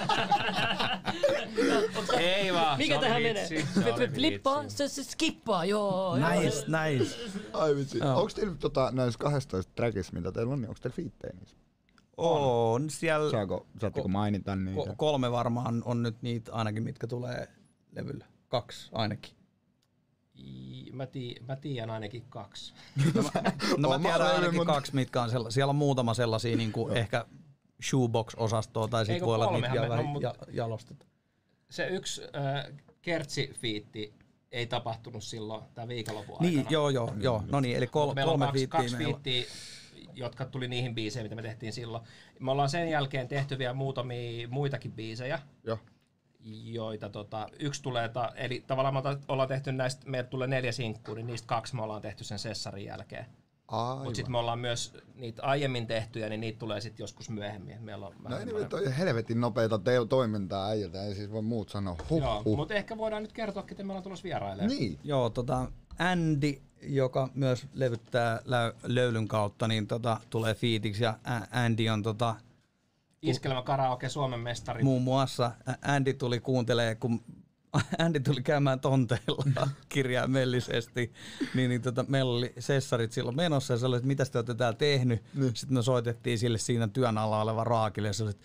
Ei vaan, mikä tähän menee? Flippaa, se, se skippaa, joo. Nice, nice. Ai vitsi. Oh. Onko teillä tota, näissä kaksitoista trackissa, mitä teillä on, niin onko teillä fiittejä niissä? On siellä. Saako, saatteko mainita niitä? Ko- kolme varmaan on nyt niitä ainakin, mitkä tulee levyllä. Kaksi ainakin. Mä, tii, mä tiedän ainakin kaksi. No mä, no mä tiedän ainakin mutta... kaksi, mitkä on sellaisia. Siellä on muutama sellaisia niin kuin ehkä shoebox-osastoa tai sit voi olla niitä vähän no, ja, jalostetaan. Se yksi äh, kertsifiitti ei tapahtunut silloin tämän viikonlopun aikana. Niin, joo, joo, joo. No niin, eli kol- meillä kolme on kaksi, kaksi meillä... fiittiä, jotka tuli niihin biiseihin, mitä me tehtiin silloin. Me ollaan sen jälkeen tehty vielä muutamia muitakin biisejä. Joo. Joita tota, yksi tulee, ta, eli tavallaan me ollaan tehty näistä, meille tulee neljä sinkkua, niin niistä kaksi me ollaan tehty sen sessarin jälkeen. Mutta sitten me ollaan myös niitä aiemmin tehtyjä, niin niitä tulee sitten joskus myöhemmin. Meillä on no niin, toi helvetin nopeita te- toimintaa äijältä, ei siis voi muut sanoa. Huh, Joo, huh. mutta ehkä voidaan nyt kertoa, kuten me ollaan tulossa vierailemaan. Niin. Joo, tota Andy, joka myös levyttää lä- löylyn kautta, niin tota, tulee fiitiksi ja Andy on tota... Iskelmä karaoke Suomen mestari. Muun muassa Andy tuli kuuntelee, kun Andy tuli käymään tonteilla kirjaimellisesti, niin, niin tota, meillä oli sessarit silloin menossa ja se oli, että mitä te olette täällä tehnyt. Mm. Sitten me soitettiin sille siinä työn alla oleva Raakille ja se oli, että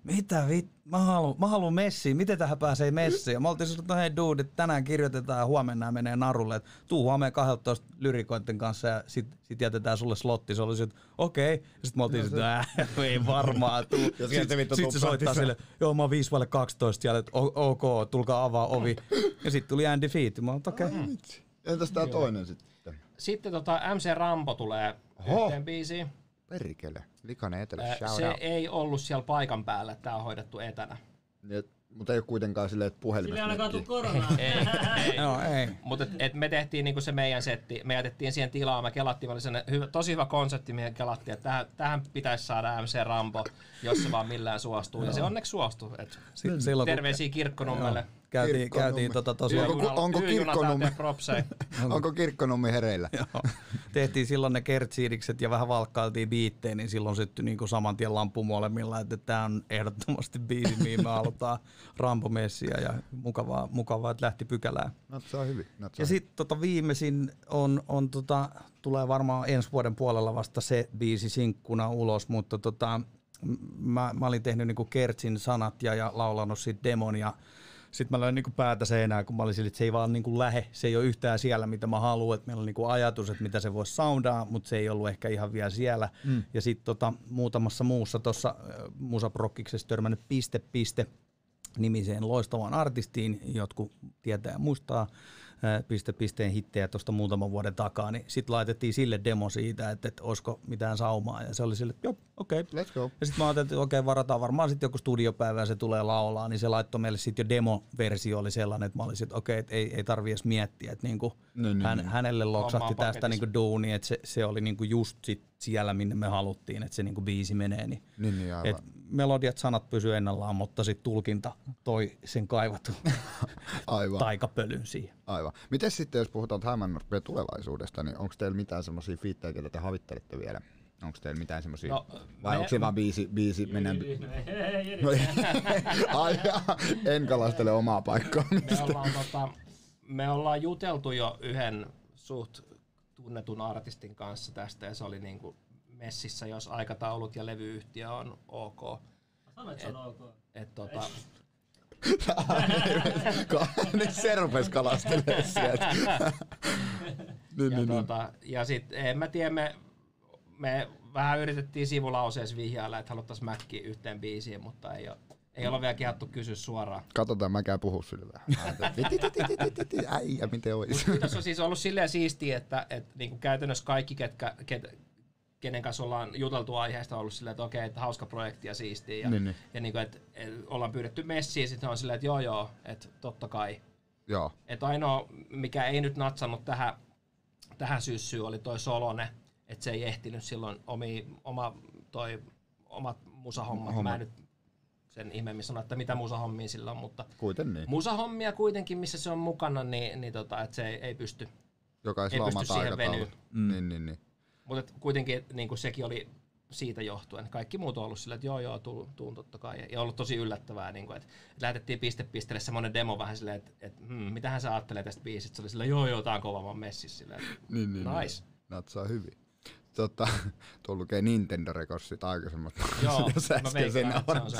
mitä vit, mä haluun, mä haluun messiin, miten tähän pääsee messiin? Ja mä oltiin sanonut, että no hei dude, tänään kirjoitetaan ja huomenna menee narulle, että tuu huomenna kaksitoista lyrikoiden kanssa ja sit, sit jätetään sulle slotti. Se oli että okei, okay. Ja sit mä oltiin no, että ei varmaan tuu. Ja sit, sit, sit se soittaa sille, joo mä oon viisi vaille kaksitoista siellä, että ok, tulkaa avaa ovi. Ja sit tuli Andy Feet, mä oon okei. Okay. Entäs tää toinen sitten? Sitten tota M C Rambo tulee Oho. yhteen biisiin. Perkele, likainen etelä, äh, Se out. Ei ollut siellä paikan päällä, että tää on hoidettu etänä. Mutta ei ole kuitenkaan silleen, että puhelimesta sille ainakaan tuu koronaa. ei, ei. No, ei. Mutta et, et me tehtiin niinku se meidän setti, me jätettiin siihen tilaa, me kelattiin, oli hyvä, tosi hyvä konsepti, mihin kelattiin, että tähän, tähän pitäisi saada M C Rambo, jos se vaan millään suostuu. Ja se onneksi suostui. Et si- terveisiä Kirkkonummelle. Käytiin, käytiin tota tosiaan. Onko, onko, kirkkonummi, onko Kirkkonummi hereillä? Joo. Tehtiin silloin ne kertsiidikset ja vähän valkkailtiin biittejä, niin silloin syttyi niinku saman tien lampu molemmilla, että tämä on ehdottomasti biisi, mihin me halutaan Rambo-messiä ja mukavaa, mukavaa, että lähti pykälään. Natsaa hyvin. Natsaa ja sitten tota viimeisin on, on tota, tulee varmaan ensi vuoden puolella vasta se biisi sinkkuna ulos, mutta tota, mä, mä olin tehnyt niinku Kertsin sanat ja, ja laulanut siitä demon ja sitten mä löin niinku päätä seinään, kun mä olin sille, että se ei vaan niinku lähe, se ei ole yhtään siellä, mitä mä haluan, että meillä on niinku ajatus, että mitä se voisi soundaa, mutta se ei ollut ehkä ihan vielä siellä. Mm. Ja sitten tota, muutamassa muussa tuossa Musaprokkiksessa törmännyt Piste Piste nimiseen loistavaan artistiin, jotkut tietää ja muistaa Piste Pisteen hittejä tuosta muutaman vuoden takaa, niin sitten laitettiin sille demo siitä, että, että olisiko mitään saumaa, ja se oli sille, että joo, okei. Okay. Let's go. Ja sitten mä ajattelin, että okei, okay, varataan varmaan sitten joku studiopäivä ja se tulee laulaa, niin se laittoi meille sitten jo demo-versio oli sellainen, että mä olisin, että okei, okay, että ei, ei tarvi edes miettiä, että niinku no, niin, hän, niin. hänelle loksahti tästä paketissa. Niinku duuni, että se, se oli niinku just sit siellä, minne me haluttiin, että se niinku biisi menee. Niin, niin, niin aivan. Melodiat, sanat pysy ennallaan, mutta sitten tulkinta toi sen kaivatun taikapölyn siihen. Aivan. Miten sitten, jos puhutaan Hämeennorppien tulevaisuudesta, niin onko teillä mitään semmoisia fiittejä, joita te havittelette vielä? Onko teillä mitään semmoisia, no, vai me... onko se vaan biisi, biisi mennä... Ai en kalastele omaa paikkaa. Me ollaan, tota, me ollaan juteltu jo yhden suht tunnetun artistin kanssa tästä, ja se oli niinku messissä, jos aikataulut ja levyyhtiö on ok. Sanoit, se on ok. Et, tota, nyt se rupes kalastelemaan sieltä. niin, ja, niin, tota, ja sit en mä tiedä, me, me vähän yritettiin sivulauseessa vihjailla, että haluttaisiin mäkkiä yhteen biisiin, mutta ei ole, ei olla vielä kehattu kysyä suoraan. Katsotaan, mä käyn puhua sille vähän. Äijä, miten ois? Tässä on siis ollut silleen siistiä, että, että niinku käytännössä kaikki, ketkä, ket, kenen kanssa ollaan juteltu aiheesta, on ollut silleen, että okei, että hauska projekti ja siistiä. Ja, niin, niin. ja niinku, että et, ollaan pyydetty messiin, ja sitten on silleen, että joo joo, että totta kai. Joo. Että ainoa, mikä ei nyt natsannut tähän, tähän syssyyn, oli toi Solone, että se ei ehtinyt silloin omi, oma, toi, omat musahommat. Homma. Mä en nyt sen ihmeemmin sano, että mitä musahommia sillä on, mutta Kuiten niin. musahommia kuitenkin, missä se on mukana, niin, niin tota, että se ei, ei pysty, Jokaisella ei pysty siihen venyyn. Mm. Niin, niin, niin. Mutta kuitenkin niin kuin sekin oli siitä johtuen. Kaikki muut on ollut sillä, että joo joo, tuun, tuun totta kai. Ja ollut tosi yllättävää, niin kuin, että, että lähetettiin piste pisteelle semmoinen demo vähän silleen, että, että hmm, mitähän sä ajattelee tästä biisistä. Se oli silleen, joo joo, tää on kova, mä oon messissä. Silleen, niin, niin, nice. Niin. Natsaa hyvin. Tota, tuo lukee Nintendo Recordsit aikaisemmat. Joo, mä veikkaan, että se on se.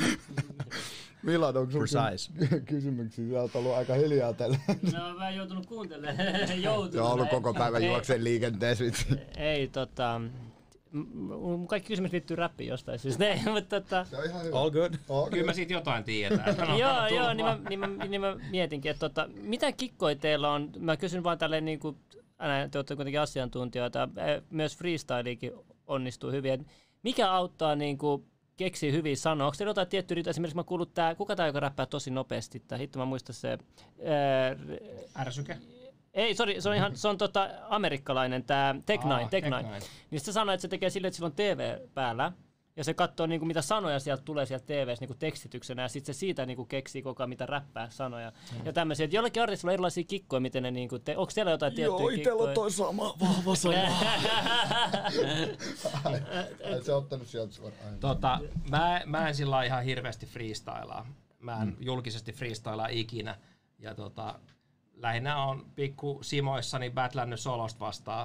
Milan, onko sinulla kysymyksiä? Sä oot ollut aika hiljaa tällä. No, mä oon joutunut kuuntelemaan. joutunut. Joo, ollut koko päivän juokseen liikenteessä. Ei, tota... Mun kaikki kysymys liittyy räppiin jostain syystä. Ei, mutta tota... Se on ihan hyvä. All good. All Kyllä good. Mä siitä jotain tiedän. joo, joo, niin mä, niin, mä, niin mä mietinkin, että tota, mitä kikkoja teillä on? Mä kysyn vaan tälleen niin kuin, aina te olette kuitenkin asiantuntijoita, myös freestyliikin onnistuu hyvin. Et mikä auttaa niin kuin keksii hyviä sanoja? Onko teillä jotain tiettyä, esimerkiksi mä kuullut tää, kuka tää, joka räppää tosi nopeasti? Tää hitto, mä muistan se... Ää, Ärsyke? Ei, sorry, se on ihan, se on tota amerikkalainen, tää Tech Nine, Tech Nine. Niin se sanoo, että se tekee silleen, että sillä on T V päällä, ja se katsoo niinku mitä sanoja sieltä tulee sieltä T V:ssä niinku tekstityksenä, ja sitten se siitä niinku keksii koko ajan mitä räppää sanoja. Mm. Ja tämmöisiä, että jollakin artistilla on erilaisia kikkoja, miten ne niinku, te, onko siellä jotain tiettyjä Joo, kikkoja? Joo, itellä on toi sama vahva sana. Ai, se on ottanut sieltä suoraan. Tota, mä, mä en sillä ihan hirveästi freestylaa. Mä en mm. julkisesti freestylaa ikinä. Ja tota, lähinnä on pikku Simoissani battlännyt solosta vastaan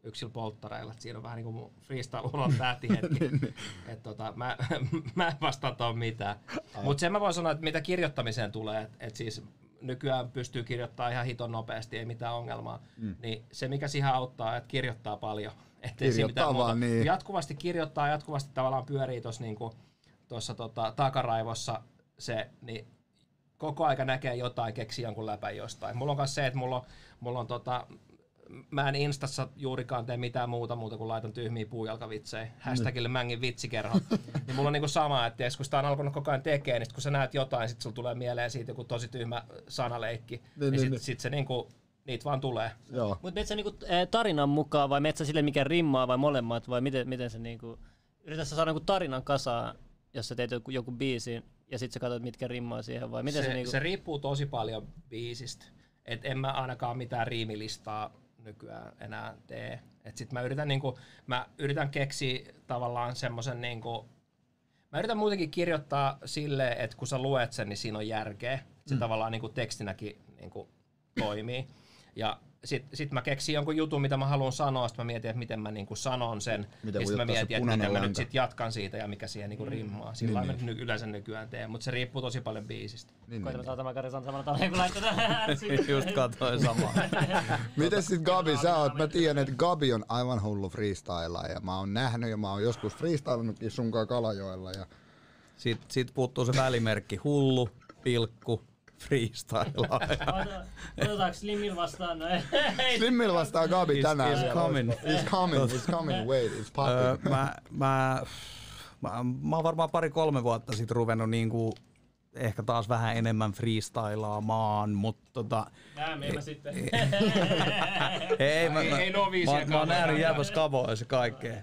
yksillä polttareilla. Et siinä on vähän niin kuin freestyle-ulon tähtihetki. Et tota, mä, mä en vastaa tuohon mitään. Mutta sen mä voin sanoa, että mitä kirjoittamiseen tulee, että et siis nykyään pystyy kirjoittamaan ihan hiton nopeasti, ei mitään ongelmaa. Mm. Niin se mikä siihen auttaa, että kirjoittaa paljon. Ettei kirjoittaa vaan, niin. Jatkuvasti kirjoittaa, jatkuvasti tavallaan pyörii tuossa niinku, tota, takaraivossa se, niin koko aika näkee jotain, keksii jonkun läpän jostain. Mulla on myös se, että mulla on, mulla on tota, mä en Instassa juurikaan tee mitään muuta muuta kuin laitan tyhmiä puujalkavitsejä. Hashtagille mängin vitsikerho. Niin mulla on niinku sama, että kun sitä on alkanut koko ajan tekemään, niin kun sä näet jotain, sit sulla tulee mieleen siitä joku tosi tyhmä sanaleikki. Niin, niin sit, niin. sit se niinku, niitä vaan tulee. Mutta menet sä niinku tarinan mukaan vai menet sä sille mikä rimmaa vai molemmat vai miten, miten sä niinku, yrität sä saada niinku tarinan kasaan, jos sä teet joku, joku biisin ja sit sä katsot mitkä rimmaa siihen vai miten se, se niinku... Se riippuu tosi paljon biisistä. Et en mä ainakaan mitään riimilistaa nykyään enää tee. Et sit mä yritän niinku, mä yritän keksiä tavallaan semmosen niinku, mä yritän muutenkin kirjoittaa silleen, että kun sä luet sen, niin siinä on järkeä. Se mm. tavallaan niinku tekstinäkin niinku toimii. Ja sit, sit mä keksin jonkun jutun, mitä mä haluan sanoa, sit mä mietin, että miten mä niinku sanon sen. Miten ja sit mä mietin, että miten mä nyt sit jatkan siitä ja mikä siihen niinku rimmaa. Sillä niin, niin. mä yleensä nykyään teen, mutta se riippuu tosi paljon biisistä. Niin, Koita niin, mä saatan Kari samalla tavalla, kun laittaa just katsoin samaa. Miten sit Gabi, sä oot, mä tiedän, että Gabi on aivan hullu freestylaa ja mä oon nähnyt ja mä oon joskus freestylannutkin sunkaan Kalajoella. Ja... Sitten sit puuttuu se välimerkki, hullu, pilkku, freestyle. Otetaanko Slimmil vastaan? Slimmil vastaan Gabi tänään. It's coming. It's coming, it's coming, wait, it's popping. mä, mä, mä, mä oon varmaan pari-kolme vuotta sitten ruvennut niinku ehkä taas vähän enemmän freestylaamaan, mutta tota... Nää meillä sitten. Ei, mä, mä, mä, mä oon nähnyt jääväs kavoissa kaikkea.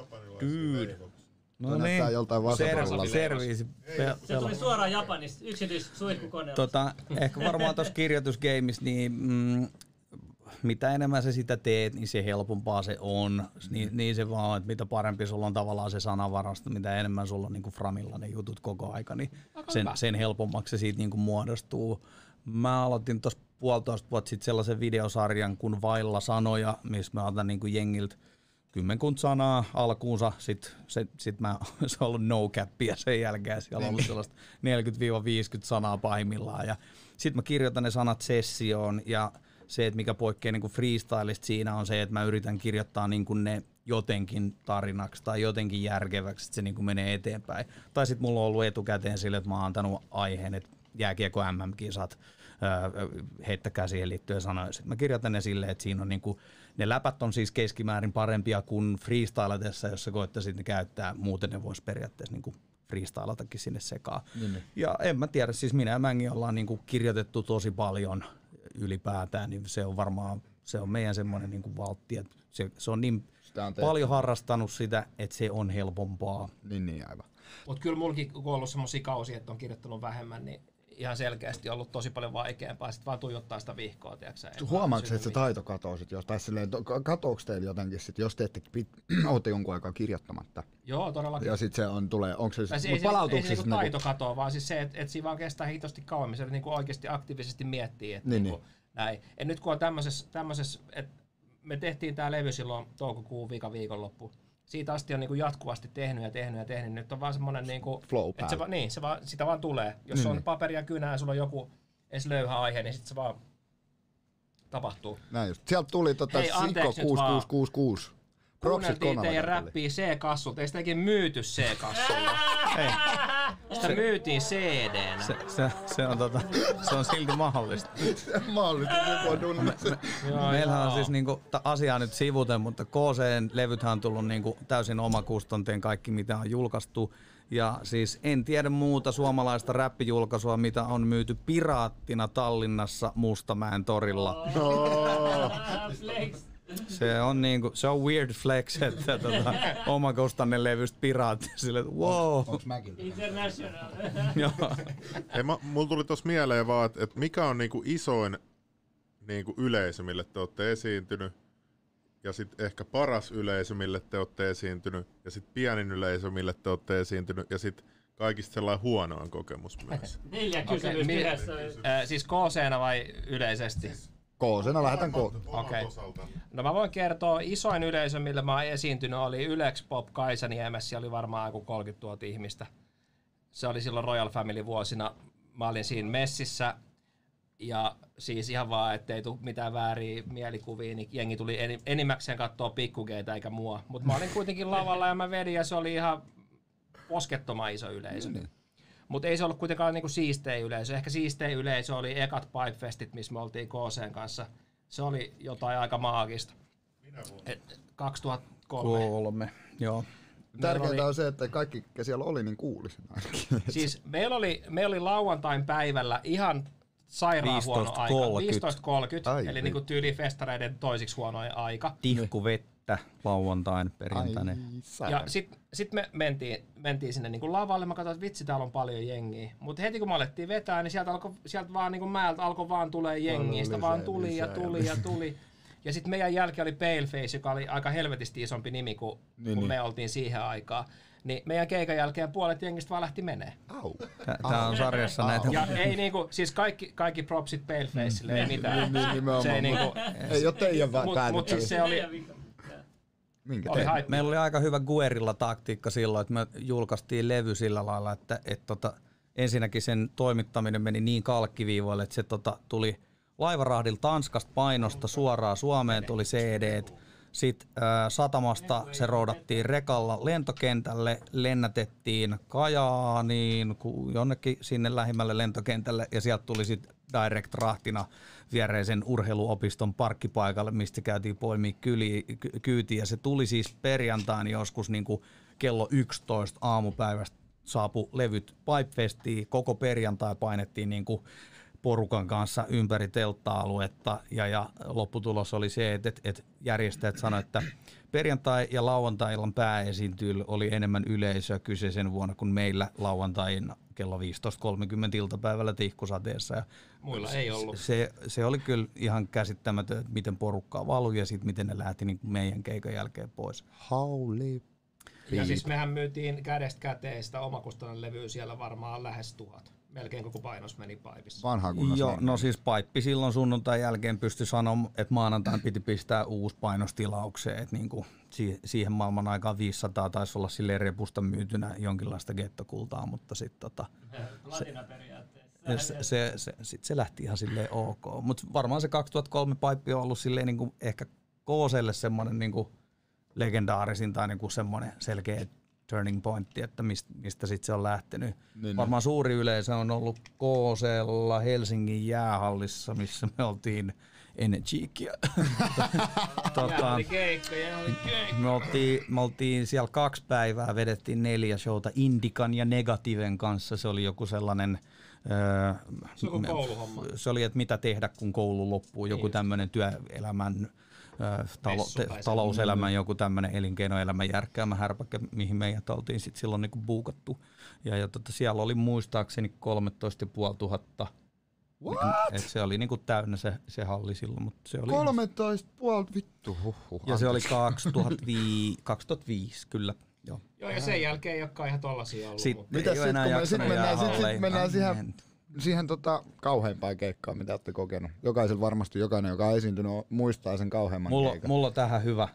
Dude. No niin, joltain vasapuolella. Serviisi. Se tuli suoraan Japanista, yksityissuihkukoneella. Tota, ehkä varmaan tuossa kirjoitusgameissa, niin mm, mitä enemmän sä sitä teet, niin se helpompaa se on. Niin, niin se vaan, että mitä parempi sulla on tavallaan se sanavarasto, mitä enemmän sulla on niinku framilla ne jutut koko aika, niin sen, sen helpommaksi se siitä niinku muodostuu. Mä aloitin tuossa puolitoista vuotta sitten sellaisen videosarjan kuin Vailla sanoja, missä mä otan niinku jengiltä kymmenkunta sanaa alkuunsa, sit, sit, sit mä, se on ollut no cappia sen jälkeen, siellä on ollut sellaista neljäkymmentä viisikymmentä sanaa pahimmillaan, ja sit mä kirjoitan ne sanat sessioon, ja se, että mikä poikkeaa niinku freestylista siinä on se, että mä yritän kirjoittaa niinku ne jotenkin tarinaksi tai jotenkin järkeväksi, että se niinku menee eteenpäin. Tai sit mulla on ollut etukäteen sille, että mä oon antanut aiheen, että jääkiekko M M-kisat, heittäkää siihen liittyen sanoja. Sitten mä kirjoitan ne silleen, että siinä on niinku, ne läpät on siis keskimäärin parempia kuin freestylatessa, jos sä koettaisit ne käyttää, muuten ne vois periaatteessa niinku freestylatakin sinne sekaan. Niin. Ja en mä tiedä, siis minä ja Mängi ollaan niinku kirjoitettu tosi paljon ylipäätään, niin se on varmaan, se on meidän semmoinen niinku valtti, että se, se on niin on paljon harrastanut sitä, että se on helpompaa. Niin, niin aivan. Mut kyllä mullakin kun on ollut semmosia kausia, että on kirjoittanut vähemmän, niin ihan selkeästi ollut tosi paljon vaikeampaa, sit vaan tuijottaa sitä vihkoa, tiiäksä. Huomaatko, että se taito katoo sit jostain silleen, katooks teillä jotenkin sit, jos te ette, ootte jonkun aikaa kirjoittamatta? Joo, todellakin. Ja sit se on, tulee, onko se, ei, mut palautuuko se, se niinku taito katoo, vaan siis se, että et siinä vaan kestää hitosti kauemmin, se niinku oikeesti aktiivisesti miettii, että niin, niinku, niin. näin. Ja nyt kun on tämmöisessä, tämmöisessä että me tehtiin tää levy silloin toukokuun vika viikonloppu, siitä asti on niinku jatkuvasti tehnyt ja tehnyt ja tehnyt. Nyt on vaan semmonen niinku, flow että se, va, niin, se va, sitä vaan tulee. Jos niin, on paperia kynää ja sulla on joku edes löyhä aihe, niin sit se vaan tapahtuu. Näin just. Sieltä tuli tota Siko kuusi kuusi kuusi kuusi. Kuunneltiin teidän räppiä C-kassulta. Ei sitä ikinä myyty C-kassulla. Sitä myytiin C D-nä. Se, se, se, on, tota, se on silti mahdollista. Se on mahdollista. Meillähän on siis niinku, asiaa nyt sivuten, mutta K C-levythän on tullut niinku täysin omakustanteen kaikki, mitä on julkaistu. Ja siis en tiedä muuta suomalaista räppijulkaisua, mitä on myyty piraattina Tallinnassa Mustamäen torilla. No. Se on niinku, se on weird flex, että tota, omakustanne levystä piraatti sille, että wow. International. Joo. Ei, mä, mulla tuli tossa mieleen vaan, että et mikä on niinku isoin niinku yleisö, mille te olette esiintynyt, ja sitten ehkä paras yleisö, mille te olette esiintynyt, ja sitten pienin yleisö, mille te olette esiintynyt, ja sitten kaikista sellainen huonoin kokemus myös. Neljä kysymystä yhdessä. Äh, siis K C-nä vai yleisesti? Koosena lähetän ko... Okei. Okay. No mä voin kertoa, isoin yleisö, millä mä oon esiintynyt, oli Ylex Pop Kaisaniemessä. Siellä oli varmaan joku kolmekymmentätuhatta ihmistä. Se oli silloin Royal Family vuosina. Mä olin siinä messissä. Ja siis ihan vaan, ettei tule mitään vääriä mielikuvia, niin jengi tuli enimmäkseen katsoa pikkugeita eikä mua. Mutta mä olin kuitenkin lavalla ja mä vedin ja se oli ihan poskettoman iso yleisö. Mm. Mutta ei se ollut kuitenkaan niinku siistein yleisö. Ehkä siistein yleisö oli ekat Pipefestit, missä me oltiin K C:n kanssa. Se oli jotain aika maagista. Minä vuonna? kaksituhattakolme. Kolme, joo. Tärkeintä oli... on se, että kaikki, ketkä siellä oli, niin kuuli sen ainakin. Siis meillä oli, meillä oli lauantain päivällä ihan sairaan huono aika. viisitoista kolmekymmentä, eli niinku tyyli festareiden toisiksi huonoin aika. Tihku vettä lauantain perjantaina. Ja sit, sit me mentiin, mentiin sinne niinku lavalle, mä katsoin, että vitsi, täällä on paljon jengiä. Mutta heti kun me alettiin vetää, niin sieltä, alko, sieltä vaan niinku määltä alkoi vaan tulee jengiä. Sitä vaan tuli ja tuli ja tuli. Ja sitten meidän jälkeen oli Paleface, joka oli aika helvetisti isompi nimi kuin niin, kun niin. me oltiin siihen aikaan. Niin meidän keikan jälkeen puolet jengistä vaan lähti menee. Au. Tää on sarjassa Au. näitä. Ja ei niinku, siis kaikki, kaikki propsit Palefacelle, mm. ei mitään. Se ei niinku... Ei oo teidän päätettävissä. Mut siis se oli... Minkä oli meillä oli aika hyvä guerilla-taktiikka silloin, että me julkaistiin levy sillä lailla, että et tota, ensinnäkin sen toimittaminen meni niin kalkkiviivoille, että se tota, tuli laivarahdilla Tanskasta painosta suoraan Suomeen, tuli C D:t. Sitten äh, satamasta se roudattiin rekalla lentokentälle, lennätettiin Kajaaniin, jonnekin sinne lähimmälle lentokentälle ja sieltä tuli sitten direct rahtina viereisen urheiluopiston parkkipaikalle, mistä käytiin poimia kyli, ky- kyytiin. Ja se tuli siis perjantaina joskus niin kuin kello yksitoista aamupäivästä saapui levyt Pipefestiin, koko perjantai painettiin niin kuin porukan kanssa ympäri teltta-aluetta ja, ja lopputulos oli se, että, että, että järjestäjät sanoivat, että perjantai- ja lauantai-illan pääesiintyjillä oli enemmän yleisöä kyseisen vuonna kuin meillä lauantain kello viisitoista kolmekymmentä iltapäivällä Tihkusateessa. Ja muilla ei ollut. Se, se oli kyllä ihan käsittämätön, että miten porukkaa valui ja sitten miten ne lähti niin meidän keikan jälkeen pois. Holy. Ja siis mehän myytiin kädestä käteen sitä omakustannan levyä siellä varmaan lähes tuhat. Melkein koko painos meni Paipissa. Vanha kunnas. Joo, no siis Paippi silloin sunnuntain jälkeen pystyi sanomaan, että maanantain piti pistää uusi painos tilaukseen. Että niinku siihen maailman aikaan viisisataa taisi olla silleen repusta myytynä jonkinlaista gettokultaa, mutta sitten tota, se, se, se, se, sit se lähti ihan silleen ok. Mutta varmaan se kaksituhattakolme Paippi on ollut silleen niinku ehkä K C:lle semmoinen niinku legendaarisin tai niinku semmoinen selkeä turning pointti, että mistä, mistä sitten se on lähtenyt. Niin, varmaan niin. Suuri yleisö on ollut K C:lla Helsingin jäähallissa, missä me oltiin ennen Cheekia. tota, me, oltiin, me oltiin siellä kaksi päivää, vedettiin neljä showta Indikan ja Negativen kanssa. Se oli joku sellainen... Öö, se, se oli, että mitä tehdä, kun koulu loppuu. Joku niin. tämmöinen työelämän... Talo, te, talouselämän joku tämmöinen elinkeinoelämän järkkäämä härpäkkä, mihin meidät oltiin sit silloin niinku buukattu. Ja, ja tota, siellä oli muistaakseni kolmetoista tuhatta viisisataa. Et se oli niinku täynnä se, se halli silloin. Mutta se oli kolmetoista tuhatta viisisataa, vittu. Huhhuh, ja se oli kaksituhattaviisi, kaksituhattaviisi kyllä. Joo. Joo, ja sen jälkeen ei olekaan ihan tollasia ollut. Sitten sit, sit, me, sit mennään, sit, sit mennään siihen... Siihen tota, kauheimpaan keikkaan, mitä olette kokenut. Jokaisella varmasti jokainen, joka on esiintynyt, muistaa sen kauheimman mulla, keikan. Mulla on tähän hyvä.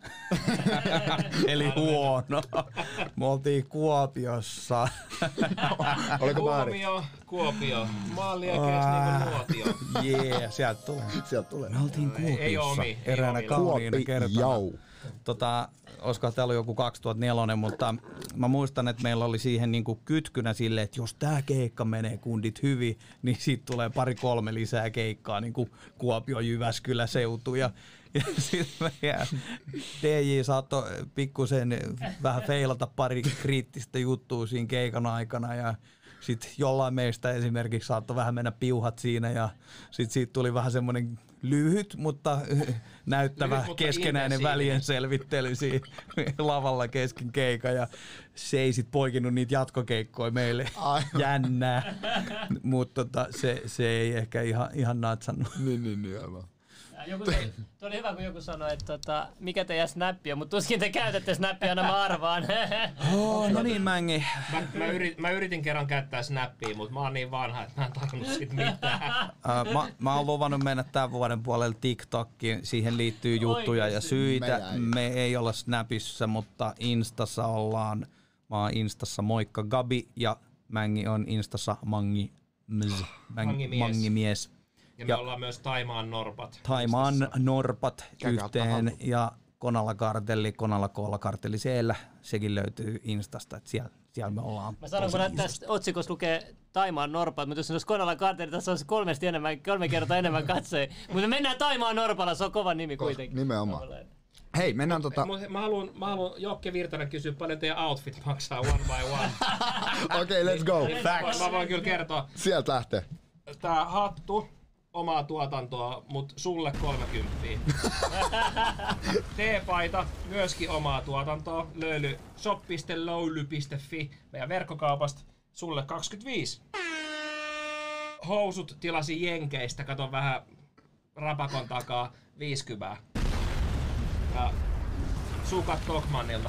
Eli huono. Me oltiin Kuopiossa. Oliko Kuopio, Kuopio. Mallia käs niinku nuotio. Jee, yeah, sieltä tulee. Sieltä tulee. Me oltiin Kuopiossa. Ei omi. Eräänä kauniina kertana. Jau. Tota, olisikohan täällä joku kaksituhattaneljä, mutta mä muistan, että meillä oli siihen niinku kytkynä silleen, että jos tää keikka menee kundit hyvin, niin siitä tulee pari kolme lisää keikkaa, niin kuin Kuopio, Jyväskylä, seutu. Ja, ja sitten meidän D J saattoi pikkusen vähän feilata pari kriittistä juttua siinä keikan aikana ja sitten jollain meistä esimerkiksi saattoi vähän mennä piuhat siinä ja sitten siitä tuli vähän semmoinen lyhyt, mutta näyttävä lyhyt, mutta keskenäinen välien selvittely siinä lavalla kesken keika ja se ei sit poikinut niitä jatkokeikkoja meille. Aivan. Jännää, mutta tota, se, se ei ehkä ihan, ihan natsannut. Niin, niin, niin aivan. Joku, tuo oli hyvä, kun joku sanoi, että tota, mikä teidän snappi on, mutta tuskin te käytätte snappia, aina mä arvaan. Oh, no niin, Mängi. Mä, mä, yrit, mä yritin kerran käyttää snappia, mutta mä oon niin vanha, että mä en tarvinnut siitä mitään. Uh, mä, mä oon luvannut mennä tämän vuoden puolella TikTokkiin. Siihen liittyy juttuja ja syitä. Me ei olla Snapissa, mutta Instassa ollaan. Mä oon Instassa moikka Gabi ja Mängi on Instassa Mangi Mz, Mäng, Mangimies. Mangimies. Ja me ja ollaan myös Taimaan Norpat. Taimaan Instassa. Norpat Käykää yhteen ottaa ja Konala Kartelli, Konala Koola Kartelli siellä. Sekin löytyy Instasta, että siellä, siellä me ollaan. Mä sanon, kun tässä otsikossa lukee Taimaan Norpat, mutta jos olisi Konala Kartelli, tässä olisi kolmesti enemmän, kolme kertaa enemmän katsoja. Mutta mennään Taimaan Norpalla, se on kova nimi kuitenkin. Nimenomaan. Hei, mennään tota... Mä haluan, mä haluan Jokke Virtanen kysyä, paljon teidän outfit maksaa one by one. Okei, okay, let's go. Facts. Mä voin kyllä kertoa. Sieltä lähtee. Tää hattu, omaa tuotantoa, mut sulle kolmekymmentä. T-paita, myöskin omaa tuotantoa. Löyly shop piste lowly piste fi meidän verkkokaupasta. Sulle kaksikymmentäviisi. Housut tilasin Jenkeistä, katon vähän rapakon takaa, viisikymmentä. Ja sukat Tokmannilta.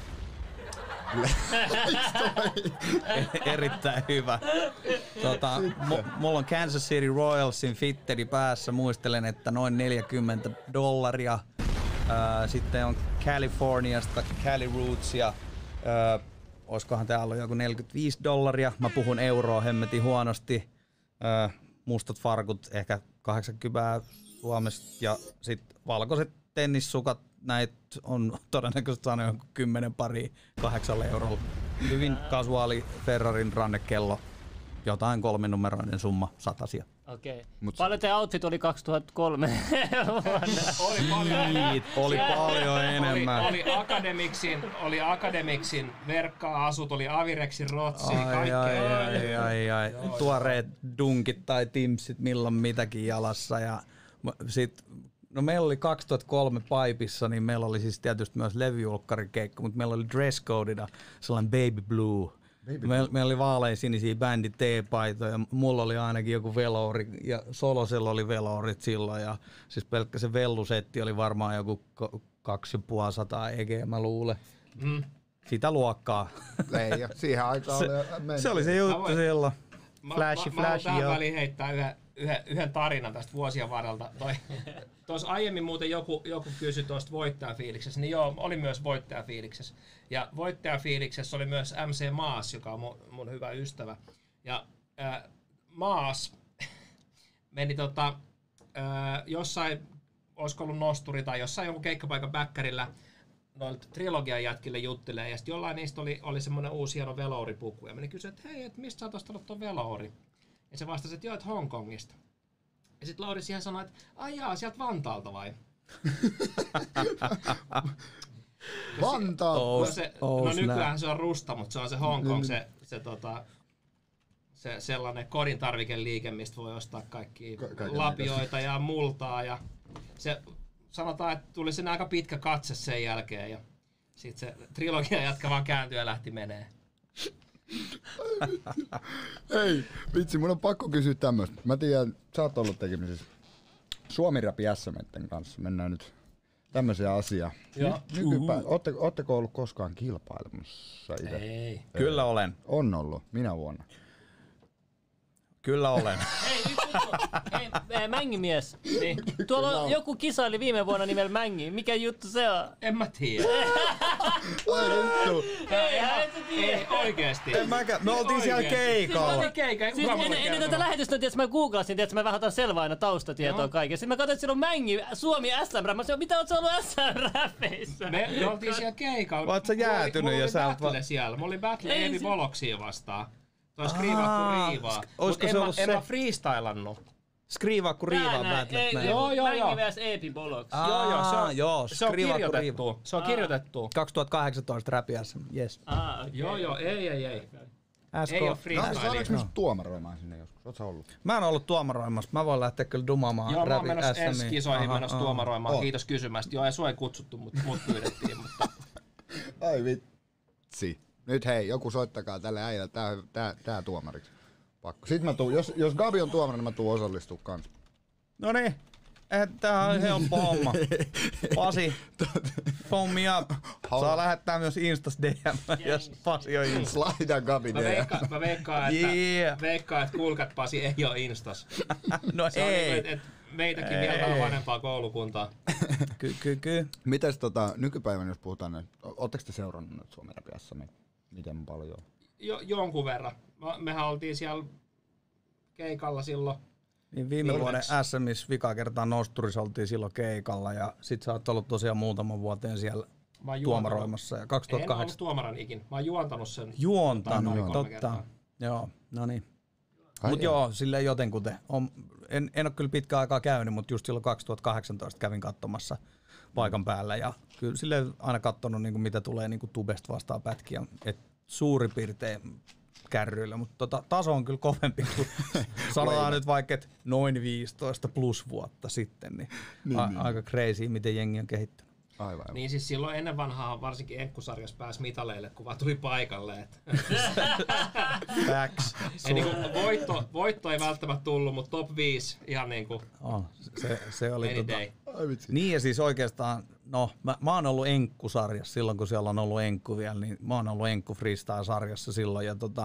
Erittäin hyvä. Tota, m- mulla on Kansas City Royalsin fitteri päässä. Muistelen, että noin neljäkymmentä dollaria. Ää, sitten on Californiasta Cali Rootsia. Ää, oiskohan täällä ollut joku neljäkymmentäviisi dollaria. Mä puhun euroa hemmetin huonosti. Ää, mustat farkut ehkä kahdeksankymmentä Suomesta. Ja sitten valkoiset tennissukat. Näitä on todennäköisesti saanut jonkun kymmenen pari kahdeksalle eurolla. Hyvin kasuaali Ferrarin rannekello. Jotain kolminumeroinen summa, satasia. Okei. Okay. Paljon teidän outfit oli kaksituhattakolme vuonna? Oli paljon, Niit oli paljon enemmän. Oli, oli Academicsin, oli Academicsin verkka-asut, oli Avirexin rotsi, kaikkea. Ai, ai, ai, ai. Tuoreet dunkit tai timpsit, milloin mitäkin jalassa. Ja sit, no meillä oli kaksituhattakolme Paipissa, niin meillä oli siis tietysti myös levyjulkkarikeikka, mutta meillä oli dresscodina sellainen baby blue. Baby meillä, meillä oli vaaleansinisiä bändi T-paitoja, mulla oli ainakin joku velouri ja Solosella oli velourit silloin ja siis pelkkä se vellusetti oli varmaan joku kaksi ja puoli sataa E G, mä luulen. Mm. Sitä luokkaa. Ei, ja siihen aikaan se, oli se oli se juttu silloin. Flashy, mä, mä, flashy, mä joo. Mä väliin heittää yhden, yhden, yhden tarinan tästä vuosien varrelta. Tuossa aiemmin muuten joku, joku kysyi tuosta voittajafiiliksessä, niin joo, oli myös voittajafiiliksessä. Ja voittajafiiliksessä oli myös M C Maas, joka on mun, mun hyvä ystävä. Ja äh, Maas meni tota, äh, jossain, olisiko ollut nosturi tai jossain jonkun keikkapaikan bäkkärillä noilta trilogian jätkille juttelee, ja sitten jollain niistä oli, oli semmoinen uusi hieno velouripuku, ja meni kysyä, että hei, et mistä sä oot ostanut ton velouri? Ja se vastasi, että joo, et Hongkongista. Ja sitten Lauri siihen sanoi, että ai jaa, sieltä Vantaalta vai? Vantaalta? No, se, oh, no nykyään se on Rusta, mutta se on se Hongkong, se, se, tota, se sellainen kodin tarvikeliike, mistä voi ostaa kaikkia Ka- lapioita ja multaa, ja se sanotaan, että tuli sen aika pitkä katse sen jälkeen ja sitten se trilogia jatka vaan kääntyi ja lähti menee. Hei, vitsi, mun on pakko kysyä tämmöstä. Mä tiedän, sä oot ollut tekemisissä Suomi-Rapi S M:n kanssa. Mennään nyt tämmöiseen asiaan. Joo. Ny- nykypä- ootte, ootteko ollut koskaan kilpailemassa itse? Ei. Kyllä olen. On ollut. Minä vuonna. Kyllä olen. Hei, yksi juttu. Hei, eh, Mängimies. Niin. Tuolla on joku kisaili viime vuonna nimellä Mängi. Mikä juttu se on? En mä tiedä. Oi vittu. Ei, hän et tiedä. Ei, oikeesti. En mäkään. Me oltiin siellä keikalla. Oli keikä, Siis kuka mulle ennen, ennen kertoo? tätä lähetystä tietysti mä googlasin, tietysti mä vähän otan selvää aina taustatietoa kaiken. Sitten mä katsoin, että siellä on Mängi, Suomi S M-rap. Mä sanoin, mitä oot sä ollut S M-räpeissä? Me, me oltiin siellä keikalla. Oot sä jäätynyt Mulla ja oli sä oot battle va- siellä. Mulla oli battle Ei Eevi se- Voloksia vastaan. Toi skriivaa kun riivaa. olisiko Mut se en, mä, ollut en se? mä freestylannut. Skriivaa kun riivaa battlet näin. Joo, joo, joo. Mängi vs. Eepi Bolox. Aa, Joo, joo, se on, joo, se on skriivaa kun kirjoitettu. Se on kirjoitettu. kaksituhattakahdeksantoista Rapi S M, yes. Ah, okay. Joo, joo, ei, ei, ei. S K. Ei oo No, freestyle. saadaanko nyt tuomaroimaan sinne joskus? Oot sä ollut? Mä en ollut tuomaroimassa. Mä voin lähteä kyllä dumaamaan Joo, mä oon Rapi menossa S Miin. ensi kisoihin Aha, menossa aha. tuomaroimaan. Oh. Kiitos kysymästä. Joo, ei sua ei kutsuttu, mutta mut pyydettiin. Mutta Ai vitsi. Nyt hei, joku soittakaa tälle äijälle tää, tää, tää tuomariksi. Pakko. Sitten mä tuun, jos, jos Gabi on tuomari, niin mä tuun osallistua kans. No niin. Tää on helppo homma. Pasi, phone me up. Saa lähettää myös Instas D M, jos Pasi on Instas. Slaida Gabi Mä, D M. veikka, mä veikkaan, että, Yeah. veikkaan, että Kulkat Pasi ei ole Instas. No Se on ei. niin, että et meitäkin vielä vähän vanhempaa koulukuntaa. Ky, ky, ky. Mites tota, nykypäivänä, jos puhutaan, että ootteko te seurannut nyt Suomen Rapiassa, niin miten paljon? Jo, jonkun verran. Me- Mehän oltiin siellä keikalla silloin. Niin viime vuoden Viimeksi. S M:ssä vika kertaa nosturissa oltiin silloin keikalla ja sit sä oot ollut tosiaan muutaman vuoteen siellä Mä oon tuomaroimassa. Ja En ollut kaksituhattakahdeksan tuomaran ikin. Mä oon juontanut sen. juontanut, Kolme totta. kertaa. Joo, no niin. Ai Mut joo. joo, silleen jotenkuten. On, en, en ole kyllä pitkään aikaa käynyt, mutta just silloin kaksituhattakahdeksantoista kävin katsomassa paikan päällä. Ja kyllä silleen aina katsonut, niin kuin mitä tulee niin kuin tubesta vastaan pätkiä. Et suurin piirtein kärryillä, mutta tota, taso on kyllä kovempi kuin sanotaan nyt vaikka, että noin viisitoista plus vuotta sitten. Niin Niin, a- niin. aika crazy, miten jengi on kehittynyt. Aivan, aivan. Niin siis silloin ennen vanhaa varsinkin enkkusarjassa pääsi mitaleille, kun vaan tuli paikalle. Et. Facts. Ei, niinku, voitto, voitto ei välttämättä tullut, mutta top viisi ihan niinku On, se, se oli any tota, day. Ai vitsi. niin ja siis oikeastaan, no mä, mä oon ollut enkkusarjassa silloin, kun siellä on ollut enkku vielä, niin mä oon ollut enkku freestyle-sarjassa silloin ja tota,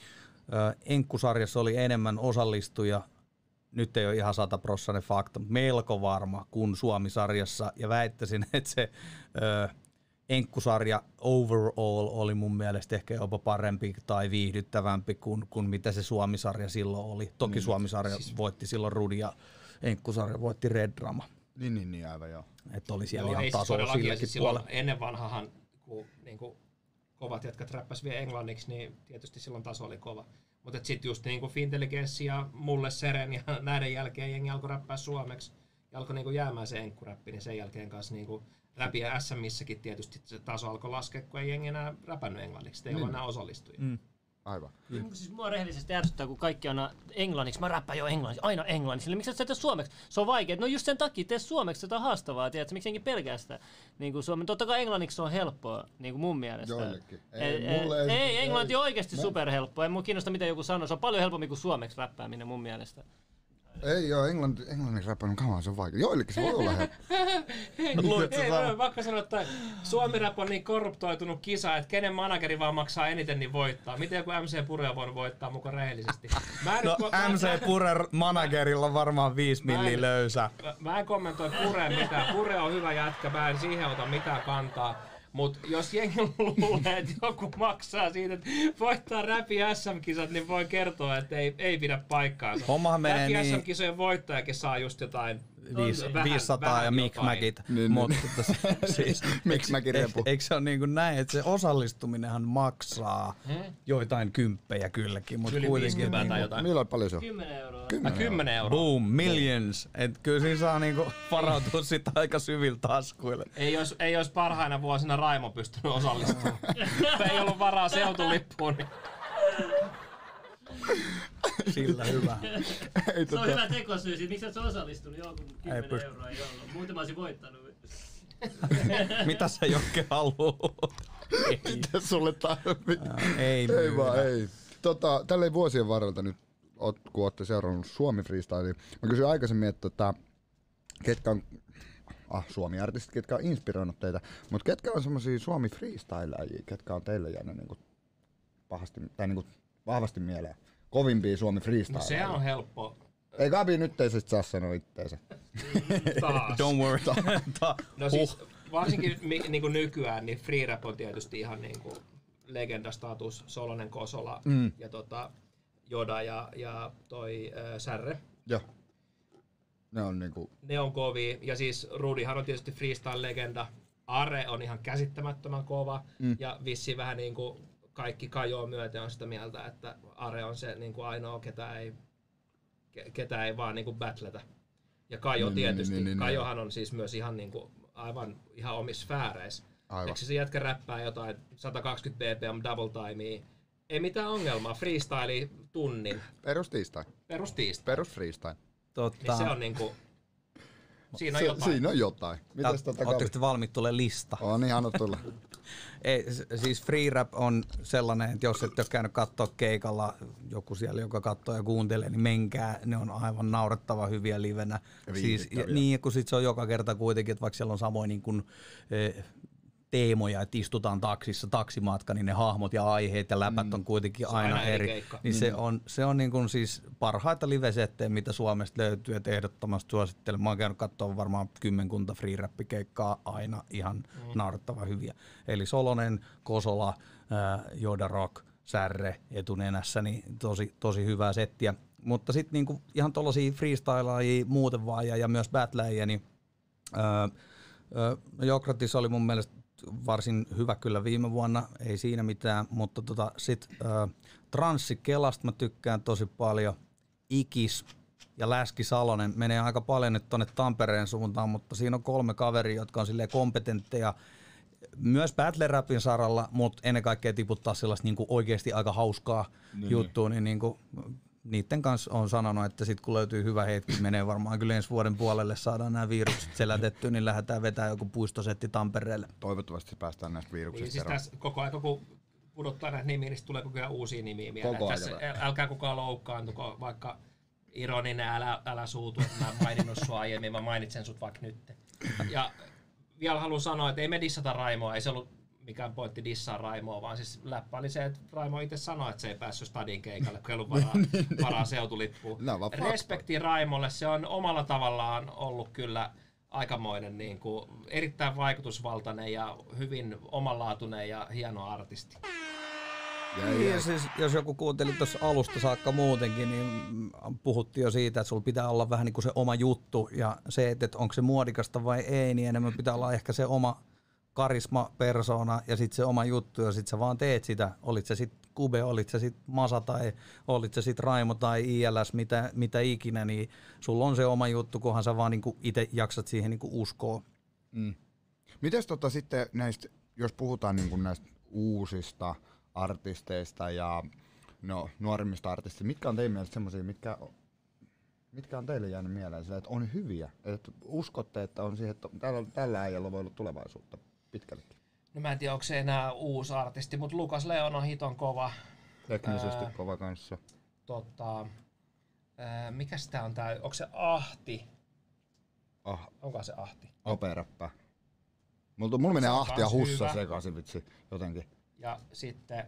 ö, enkkusarjassa oli enemmän osallistujia, nyt ei ole ihan sataprossainen fakta, mutta melko varma kuin Suomi-sarjassa ja väittäisin, että se ö, enkkusarja overall oli mun mielestä ehkä jopa parempi tai viihdyttävämpi kuin, kuin mitä se Suomi-sarja silloin oli. Toki Niin. Suomi-sarja siis voitti silloin Rudi ja enkkusarja voitti Red Drama. Niin, niin, niin, aivan joo. Että oli siellä Joo, ihan ei siis tasoa todellakin. Ja silläkin siis silloin puolella. ennen vanhahan, kun niinku, kovat jätkät räppäs vielä englanniksi, niin tietysti silloin taso oli kova. Mutta sitten just niinku Fintelligenssi ja Mulle Seren ja näiden jälkeen jengi alkoi räppää suomeksi. Ja alkoi niinku jäämään se enkkuräppi, niin sen jälkeen kanssa niinku räpi ja S M:ssäkin tietysti se taso alkoi laskea, kun ei jengi enää räpännyt englanniksi. Ei Niin. ole enää osallistujia. Mm. Aivan. Siis mua rehellisesti ärsyttää, kun kaikki on englanniksi. Mä räppään jo englanniksi, aina englanniksi. Eli miksi et sä tee suomeksi? Se on vaikea. No just sen takia tee suomeksi, se on haastavaa. Tiedätkö, miksi jenkin pelkää sitä? Niin kuin Suomen, totta kai englanniksi se on helppoa, niin kuin mun mielestä. Joillekin. Ei, Ei, ei, mulle ei, ei- ei englanti ei. on oikeasti Mä- superhelppoa. Ei mua kiinnosta mitä joku sanoo. Se on paljon helpommin kuin suomeksi räppääminen mun mielestä. Ei joo, englanti, englanniksi räppäinen, kauan se on vaikea. Joillekin se voi olla helppo. Luitko Ei, sä? mä vaikka sanoa, että Suomi-rap on niin korruptoitunut kisa, että kenen manageri vaan maksaa eniten, niin voittaa. Miten joku M C Pure on voinut voittaa mukaan rehellisesti? Mä en, No nyt, mä, M C Purer managerilla on varmaan viisi Mä en- milliä löysää. mä, mä en kommentoi Pureen mitään. Pure on hyvä jätkä, mä en siihen ota mitään kantaa. Mut jos jengi luulee, että joku maksaa siitä, että voittaa räpi S M-kisat, niin voi kertoa, että ei, ei pidä paikkaansa. Hommahan menee Räpi niin- S M-kisojen voittajakin saa just jotain Viis, vähän- viisisataa vähän ja Mick jotain. Macit. Niin, Mutta niin. tota, siis, Mick Macin eikö, repu. eikö se ole niin kuin näin, että se osallistuminenhan maksaa Hmm? joitain kymppejä kylläkin, mutta Yli kuitenkin viisikymmentä niin tai kuin, jotain. Milloin paljon se on? kymmenen euroa. Äh, kymmenen euroa. boom, millions. Et kyllä siinä saa niinku varautua sit aika syvillä taskuille. Ei olisi, ei olisi parhaina vuosina Raimo pystynyt osallistumaan. Ei ollut varaa seutulippuun. Niin. Sillä hyvä. Ei, Se on tota, hyvä tekosyy, siitä, miksi et sä osallistunut? Joo, kun kymmenen pysty. euroa ei ollut. Muuten mä olisin voittanut. Mitä sä Jokke haluu? Ei, mitä sulle tarvitsee? ei, Ei vaan, myydä. ei. Tota, tälleen vuosien varrelta nyt, oot, kun olette seurannut Suomi Freestyle, mä kysyin aikaisemmin, että tota, ketkä on, ah, Suomi-artistit, ketkä on inspiroinut teitä, mutta ketkä on semmosia Suomi Freestyleajia, ketkä on teille jäänyt niinku pahasti, tai niinku vahvasti mieleen? Kovimpia Suomi No Freestyle. se on helppo. Ei Gabi, nyt ei sit saa sanoa itteensä. Taas. Don't worry. Ta- No siis varsinkin mi, niin kuin nykyään, niin free rap on tietysti ihan niin kuin legendastatus, Solonen, Kosola Mm. ja tota, Joda ja, ja toi äh, Särre. Joo. Ne on niinku, Ne on kovia. Ja siis Rudihan on tietysti freestyle-legenda. Are on ihan käsittämättömän kova. Mm. Ja vissiin vähän niin kuin kaikki Kajoa myöten on sitä mieltä, että Are on se niin kuin ainoa, ketä ei, ke- ketä ei vaan niin kuin battletä. Ja Kajo Niin, tietysti. niin, niin, niin, Kajohan on siis myös ihan, niin kuin, aivan ihan omissa sfääreissä. aivan. Eikö se jätkä räppää jotain sata kaksikymmentä B P M double timea? Ei mitään ongelmaa. Freestyle tunnin. Perus tiistai. Perustiista. Perus freestyle. Niin Totta. se on niinku... Siinä on Se, jotain. siinä on jotain. Mites tota Oletteko te valmiit tulee lista? On ihan tulla. Ei, siis free rap on sellainen, että jos et ole käynyt katsoa keikalla, joku siellä, joka katsoo ja kuuntelee, niin menkää. Ne on aivan naurettava hyviä livenä. Siis, ja, niin, kun sit se on joka kerta kuitenkin, että vaikka siellä on samoin niin kuin, eh, teemoja, että istutaan taksissa, taksimatka, niin ne hahmot ja aiheet ja läpät mm. on kuitenkin on aina, aina eri. eri Niin mm. se on, se on niin kuin siis parhaita live-settejä, mitä Suomesta löytyy, että ehdottomasti suosittelen. Mä oon käynyt katsoa varmaan kymmenkunta free rap-keikkaa, aina ihan mm. naurettava hyviä. Eli Solonen, Kosola, äh, Joda Rock, Särre etunenässä, niin tosi, tosi hyvää settiä. Mutta sitten niinku ihan tollaisia freestylaajia muuten vaan ja, ja myös battleja, niin äh, äh, Jokratis oli mun mielestä varsin hyvä kyllä viime vuonna, ei siinä mitään, mutta tota, sit äh, Transsi Kelasta mä tykkään tosi paljon, Ikis ja Läski Salonen menee aika paljon nyt tonne Tampereen suuntaan, mutta siinä on kolme kaveria, jotka on silleen kompetentteja myös battle rapin saralla, mutta ennen kaikkea tiputtaa sellaista niinku oikeasti aika hauskaa niin, juttua, niin niinku, niiden kanssa on sanonut, että sit kun löytyy hyvä hetki, menee varmaan kyllä ensi vuoden puolelle, saadaan nämä virukset selätettyä, niin lähdetään vetämään joku puistosetti Tampereelle. Toivottavasti päästään näistä viruksista. Niin, siis tässä koko ajan kun pudottaa näitä nimiä, niin tulee koko ajan uusia nimiä mieleen. Koko Tässä, älkää kukaan loukkaantuko, vaikka ironinen, älä, älä suutu, että mä en maininnut sua aiemmin, mä mainitsen sut vaikka nyt. Ja vielä haluan sanoa, että ei me dissata Raimoa, ei se ollut mikään pointti dissaa Raimoa, vaan siis läppä oli se, että Raimo itse sanoi, että se ei päässyt stadin keikalle, kun ei ollut varaa, varaa seutulippuun. Respekti Raimolle, se on omalla tavallaan ollut kyllä aikamoinen, niin kuin, erittäin vaikutusvaltainen ja hyvin omanlaatuinen ja hieno artisti. Ja, ja. ja siis, jos joku kuunteli tuossa alusta saakka muutenkin, niin puhuttiin jo siitä, että sulla pitää olla vähän niin kuin se oma juttu ja se, että onko se muodikasta vai ei, niin enemmän pitää olla ehkä se oma karisma, persona ja sitten se oma juttu ja sitten sä vaan teet sitä. Olit se sitten Kube, olit se sitten Masa tai olit se sitten Raimo tai I L S, mitä, mitä ikinä, niin sulla on se oma juttu, kunhan sä vaan niinku itse jaksat siihen niinku uskoa. Mm. Mites tota sitten näistä, jos puhutaan niinku näistä uusista artisteista ja no, nuorimmista artisteista, mitkä on teidän mielestä semmosia, mitkä, mitkä on teille jäänyt mieleen sillä, että on hyviä, että uskotte, että on siihen, että tällä, tällä äijällä voi olla tulevaisuutta pitkällekin? No mä en tiedä, onko se enää uusi artisti, mutta Lukas Leon on hiton kova. Teknisesti ää, kova kanssa. Tota, ää, mikäs tää on tää, onko se Ahti? Ah. Onko se Ahti? Operäppä. Mulla, mulla menee Ahti ja Hussa sekaisin vitsi jotenkin. Ja sitten,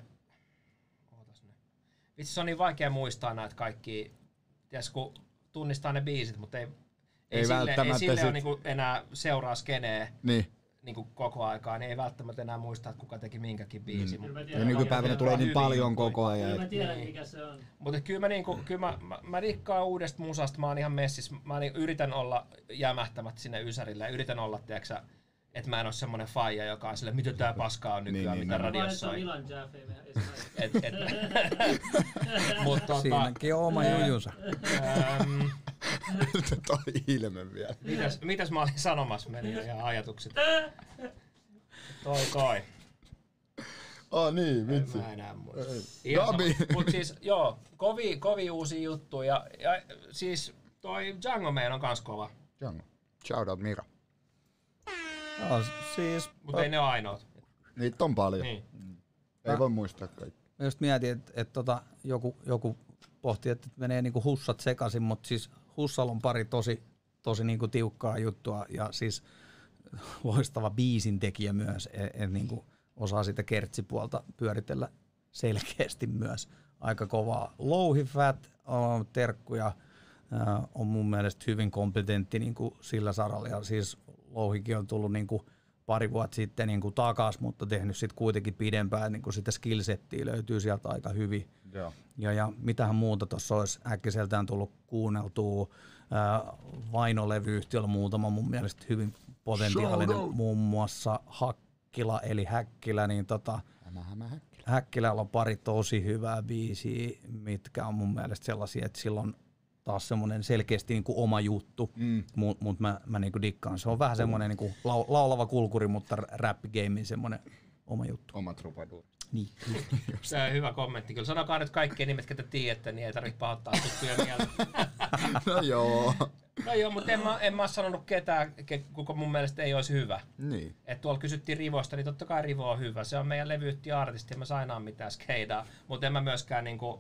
ootas ne. Vitsi, se on niin vaikea muistaa näitä kaikkia, ties kun tunnistaa ne biisit, mutta ei, ei, ei sille, ei sille sit ole niinku enää seuraa skenee niin. Niinku koko aikaa, niin ei välttämättä enää muista, että kuka teki minkäkin biisin. Mm. Ja nykypäivänä tulee niin paljon koko ajan. Kyllä mä tiedän, mikä se on. Mutta kyllä mä, niinku, kyllä mä, mä, mä dikkaan uudesta musasta, mä oon ihan messissä. Mä niin, yritän olla jämähtämättä sinne ysärille ja yritän olla, tiiäksä, että mä en oo semmonen faija, joka on silleen, mitä tää paskaa on nykyään, niin, mitä niin, radiossa on. Milan Jaffe et, et, Mut tota, siinäkin on oma jujunsa. Ähm, toi ilme vielä. Mitäs, mitäs mä olin sanomassa, meni jo ihan ajatukset. Toi toi. Oh niin, vitsi. Mä enää muista. Mut siis joo, kovi, kovi uusi juttu ja, ja siis toi Django Man on kans kova. Django. Shout out Mira. No, siis, Mutta ei ne ole ainoat. Niitä on paljon. Niin. Ei mä, voi muistaa kaikki. Mä just mietin, että et tota, joku, joku pohti, että menee niinku hussat sekaisin, mutta siis Hussalla on pari tosi, tosi niinku tiukkaa juttua ja siis loistava biisintekijä myös, että et niinku osaa sitä kertsipuolta pyöritellä selkeästi myös aika kovaa. Louhifat on terkkuja, äh, on mun mielestä hyvin kompetentti niinku sillä saralla ja siis Louhikin on tullut niinku pari vuotta sitten niinku takas, mutta tehnyt sitten kuitenkin pidempään, niinku sitä skillsettiä löytyy sieltä aika hyvin. Joo. Ja, ja mitähän muuta tuossa olisi äkkiseltään tullut kuunneltua. Vainolevyyhtiöllä muutama mun mielestä hyvin potentiaalinen, muun muassa Hakkila eli Häkkilä, niin tota, Häkkilä. Häkkilällä on pari tosi hyvää biisiä, mitkä on mun mielestä sellaisia, että silloin taas semmoinen selkeästi niinku oma juttu, mm. mutta mut mä, mä niinku dikkaan. Se on vähän semmoinen niinku lau, laulava kulkuri, mutta rap-gamein semmoinen oma juttu. Oma troubadour. Niin. Se on hyvä kommentti. Kyllä sanokaa nyt kaikkia nimet, ketä tiedätte, niin ei tarvitse pahoittaa tuttuja mieltä. No joo. No joo, mutta en mä, en mä sanonut ketään, kuka mun mielestä ei olisi hyvä. Niin. Et tuolla kysyttiin Rivosta, niin totta kai Rivo on hyvä. Se on meidän levyyhtiö-artisti, en mä sainaa mitään skeidaa. Mutta en mä myöskään niinku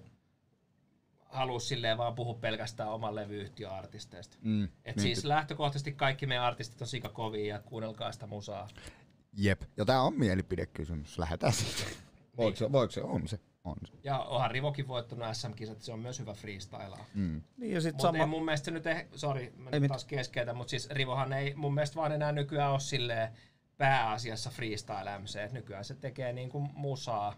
halua silleen vaan puhua pelkästään oman levyyhtiö-artisteista. Mm, Et niin siis t- lähtökohtaisesti kaikki meidän artistit on sikakovia ja kuunnelkaa sitä musaa. Jep. Ja tää on mielipidekysymys. Lähdetään siitä. Voiko se? Voiko se? On se. On se. Ja onhan Rivokin voittanut S M-kisat, se on myös hyvä freestylaa. Mm. Niin ja sit Mutta sama... ei mun mielestä nyt, eh... sori, mä nyt taas keskeytän, mutta siis Rivohan ei mun mielestä vaan enää nykyään ole silleen pääasiassa freestyle M C, että nykyään se tekee niinku musaa,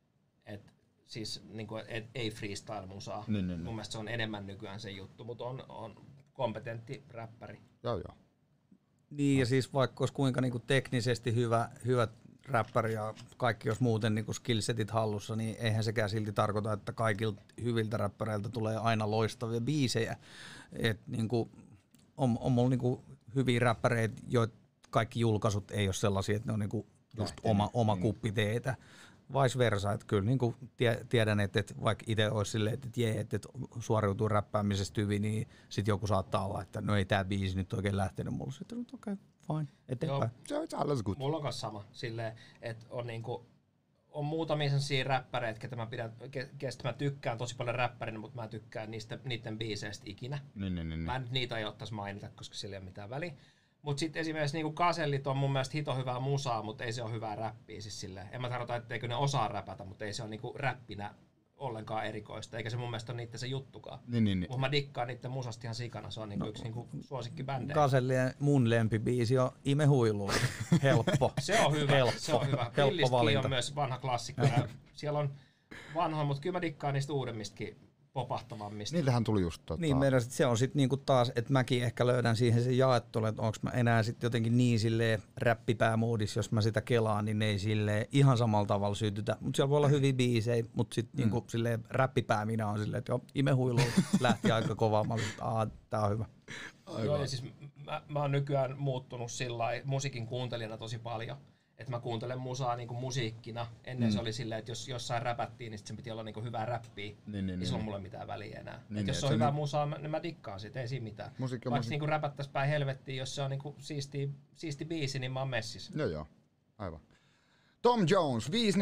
et siis niinku, et ei freestyle musaa. Niin, niin, mun niin. mielestä se on enemmän nykyään se juttu, mutta on, on kompetentti räppäri. Joo joo. Niin ja siis vaikka olisi kuinka niinku teknisesti hyvä, hyvä räppäri ja kaikki jos muuten niinku skillsetit hallussa, niin eihän sekään silti tarkoita, että kaikilta hyviltä räppäreiltä tulee aina loistavia biisejä. Et niinku, on, on mulla niinku hyviä räppäreitä, joita kaikki julkaisut ei ole sellaisia, että ne on niinku just oma, oma kuppi teetä. Vice versa, että kyllä niinku tie, tiedän, että, että vaikka itse olisi silleen, että, että jee, että, että suoriutuu räppäämisestä hyvin, niin sitten joku saattaa olla, että no ei tää biisi nyt oikein lähtenyt mulle. Sitten okei, okay, fine, eteenpäin. Joo, se on good. Mulla on myös sama, silleen, että on niinku, on muutamia sellaisia räppäreitä, ketä mä pidän, kestä mä tykkään tosi paljon räppärinä, mutta mä tykkään niistä, niiden biiseistä ikinä. Niin, niin, niin. Mä en nyt niitä ei ottaisi mainita, koska sillä ei ole mitään väliä. Mut sit esimerkiksi niinku Kasellit on mun mielestä hito hyvää musaa, mutta ei se ole hyvää räppiä. Siis silleen. En mä tarkoita, etteikö ne osaa räpätä, mutta ei se ole niinku räppinä ollenkaan erikoista. Eikä se mun mielestä ole niitten se juttukaan. Niin, niin, niin. Mutta mä dikkaan niitten musasta ihan sikana. Se on niinku no, yksi niinku suosikkibändejä. Kasellien mun lempibiisi on Ime huiluun. Helppo. Se on hyvä. Helppo. Se on hyvä. Helppo valinta. On myös vanha klassikko. Siellä on vanhoja, mutta kyllä mä dikkaan niistä uudemmistakin popahtavammista. Niiltähän tuli just tota... Niin, meidän sit se on sitten niinku taas, että mäkin ehkä löydän siihen sen jaettelun, että onko mä enää sitten jotenkin niin silleen räppipäämoodissa, jos mä sitä kelaan, niin ne ei silleen ihan samalla tavalla sytytä. Mutta siellä voi olla hyviä biisejä, mutta sitten mm. niinku silleen räppipää minä on silleen, että joo, Ime huilu lähti aika kovaa. Mä olin, että aah, tää on hyvä. Aivan. Joo, ja siis mä, mä oon nykyään muuttunut sillai musiikin kuuntelijana tosi paljon. Että mä kuuntelen musaa niinku musiikkina. Ennen mm. se oli silleen, että jos jossain räpättiin, niin sit sen piti olla niinku hyvää räppiä. Niin, niin, niin, niin. Mulla mitään väliä enää. Niin, jos se on hyvää niin... musaa, niin mä dikkaan siitä, ei siinä mitään. Musiikki Vaikka musiik... niinku räpättäis päin helvettiin, jos se on niinku siisti, siisti biisi, niin mä oon messis. Joo joo, aivan. Tom Jones, viisi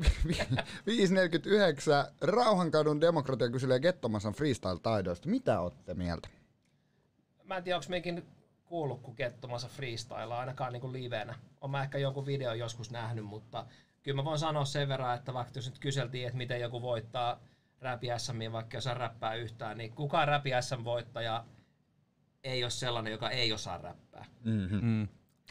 neljäkymmentäyhdeksän, Rauhankadun demokratia kyselee Gettomasan freestyle-taidoista. Mitä ootte mieltä? Mä en tiedä, onks meikin kuullut, kun Gettomassa freestylaa, ainakaan niinku livenä. Oon mä ehkä jonkun videon joskus nähnyt, mutta kyllä mä voin sanoa sen verran, että vaikka jos nyt kyseltiin, että miten joku voittaa Räpi S M:iin, vaikka ei osaa räppää yhtään, niin kukaan Räpi S M-voittaja ei ole sellainen, joka ei osaa räppää. Mm-hmm. Mm.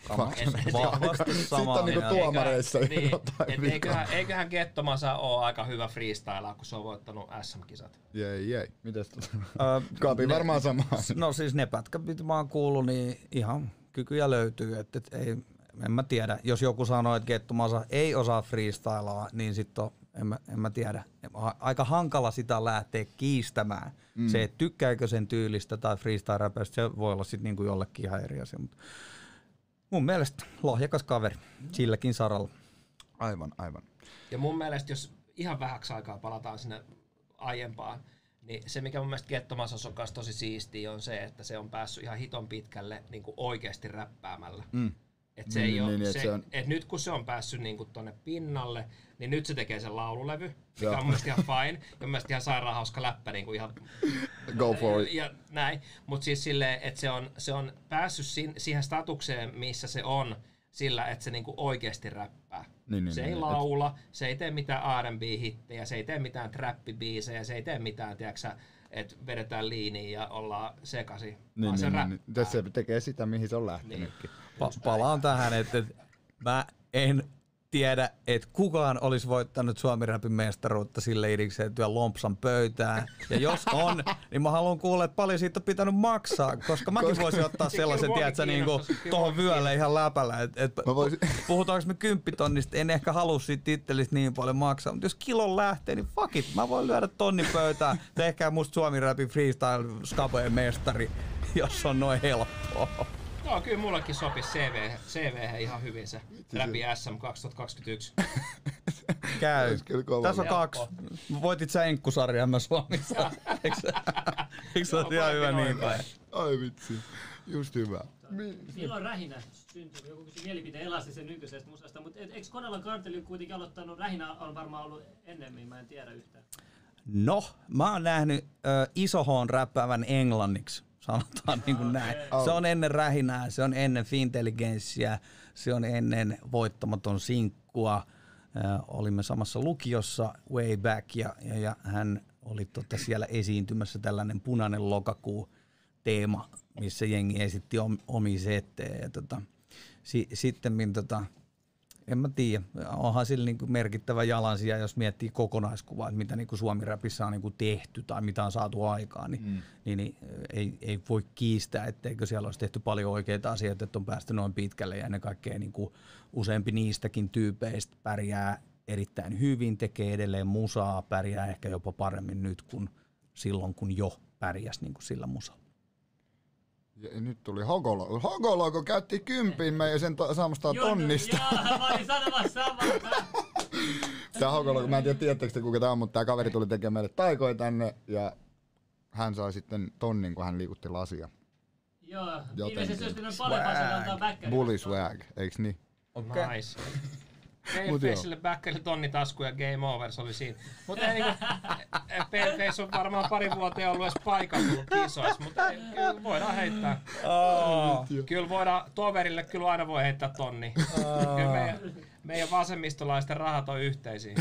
Vahvasti Sitten on niinku tuomareissa niin, jotain eiköhän, eiköhän Gettomasa ole aika hyvä freestylaa, kun se on voittanut S M-kisat. Jei, jei. Mites tota? Kaapi varmaan samaa. No siis ne pätkät, mitä mä oon kuullut, niin ihan kykyjä löytyy. Et, et ei, en mä tiedä. Jos joku sanoo, että Gettomasa ei osaa freestylaa, niin sitten en mä, en mä tiedä. Aika hankala sitä lähteä kiistämään. Mm. Se, että tykkääkö sen tyylistä tai freestyle-räpäistä, se voi olla sitten niinku jollekin ihan eri asia. Mutta mun mielestä lahjakas kaveri silläkin saralla. Aivan, aivan. Ja mun mielestä, jos ihan vähäksi aikaa palataan sinne aiempaan, niin se mikä mun mielestä Gettomassa on kanssa tosi siistiä on se, että se on päässyt ihan hiton pitkälle niin kuin oikeasti räppäämällä. Mm. Et se niin, ei niin, ole, se, se on... et nyt kun se on päässyt niinku tonne pinnalle, niin nyt se tekee sen laululevy, mikä on mun mielestä ihan fine. Ja mun mielestä ihan sairaan hauska läppä niinku ihan... Go for it. Ja näin. Mut siis silleen, että se on, se on päässyt sin, siihen statukseen, missä se on, sillä että se niinku oikeasti räppää. Niin, niin, se niin, ei laula, et... se ei tee mitään R and B-hittejä, se ei tee mitään trappibiisejä, se ei tee mitään, tiiäksä, että vedetään liiniin ja ollaan sekaisin. Niin, se niin, niin. Se tekee sitä, mihin se on lähtenytkin. Niin. Pa- palaan tähän, että, että mä en tiedä, että kukaan olisi voittanut Suomi-räpin mestaruutta sille idikseen työ lompsan pöytään. Ja jos on, niin mä haluan kuulla, että paljon siitä on pitänyt maksaa, koska mäkin voisin ottaa sellaisen, tiedätkö, niin tuohon vyölle ihan läpällä. Et, et, voisin... Puhutaanko me kymppitonnista, en ehkä halua siitä tittelistä niin paljon maksaa, mutta jos kilon lähtee, niin fuck it, mä voin lyödä tonnin pöytään. Tehkää musta Suomi-räpin freestyle-skapojen mestari, jos on noin helppoa. Joo, kyllä mullekin sopisi C V, C V ihan hyvin se Räpi S M kaksituhattakaksikymmentäyksi. Käy. Tässä on kaksi. Voitit sä enkkusarjaa mä Suomessa. Eikö se ole ihan hyvä niin päin? Ai vitsi, just hyvä. Milloin rähinä syntyi? Joku kysyi mielipiteen elastisen nykyisestä musasta, mutta eikö Konalan kartelli kuitenkin aloittanut? Rähinä on varmaan ollut ennemmin, mä en tiedä yhtään. No, mä oon nähnyt äh, Isohon räppäävän englanniksi, sanotaan niin kuin näin. Se on ennen rähinää, se on ennen Fintelligenssiä, se on ennen voittamaton sinkkua. Äh, olimme samassa lukiossa way back ja, ja, ja hän oli tota siellä esiintymässä tällainen punainen lokakuu teema, missä jengi esitti om, omia settejä. Ja tota, si, sitten tota, en mä tiedä, onhan sillä niinku merkittävä jalansija, jos miettii kokonaiskuvaa, että mitä niinku Suomi-räpissä on niinku tehty tai mitä on saatu aikaan, niin, mm. niin, niin ei, ei voi kiistää, etteikö siellä olisi tehty paljon oikeita asioita, että on päästy noin pitkälle ja ennen kaikkea niinku useampi niistäkin tyypeistä pärjää erittäin hyvin, tekee edelleen musaa, pärjää ehkä jopa paremmin nyt kuin silloin, kun jo pärjäs niinku sillä musalla. Ja nyt tuli Hogolo. Hogolo, kun käytti kympin meidän sen to- saamasta tonnista. Joo, mä olin sanomassa samaa. Tää Hogolo, mä en tiedä tiedättekö te kuka tää on, mutta tää kaveri tuli tekemään meille taikoja tänne ja hän sai sitten tonnin, kun hän liikutti lasia. Joo, Jotenkin. ilmeisesti olisi pitänyt paljon paljon antaa backeria. Bully swag, eiks niin? Okay. Nice. Palefaceille backerille tonni tasku ja game over, se oli siinä. Mutta ei niinku, Paleface on varmaan pari vuotta ollut edes paikalla kisoissa, mutta ei, kyllä voidaan heittää. Oh. Kyllä voidaan, toverille kyllä aina voi heittää tonni. Oh. Kyllä meidän, meidän vasemmistolaisten rahat on yhteisiä.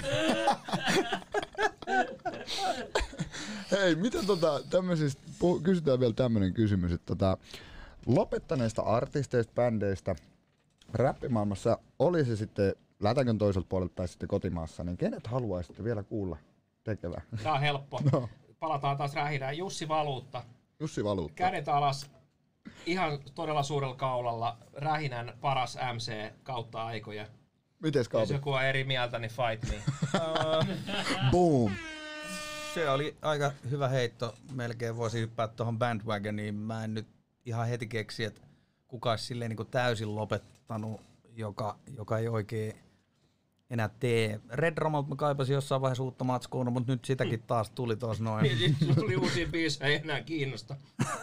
Hei, miten tota, tämmöisistä, kysytään vielä tämmönen kysymys, että tota, lopettaneista artisteista, bändeistä, räppimaailmassa, oli se sitten lätäkön toiselta puolelta tai sitten kotimaassa, niin kenet haluaisitte vielä kuulla tekevää? Tää on helppo. No. Palataan taas rähinään. Jussi Valuutta. Jussi Valuutta. Kädet alas. Ihan todella suurella kaulalla. Rähinän paras M C kautta aikoja. Mites Kaapi? Jos joku on eri mieltä, niin fight me. Boom. Se oli aika hyvä heitto. Melkein voisi hyppää tuohon bandwagoniin. Mä en nyt ihan heti keksi, että kuka olisi silleen niin kuin täysin lopettanut, joka, joka ei oikein enää tee. Red Romalta mä kaipasin jossain vaiheessa uutta matskua, mutta nyt sitäkin taas tuli tos noin. Niin, sit tuli uusia biisejä, ei enää kiinnosta.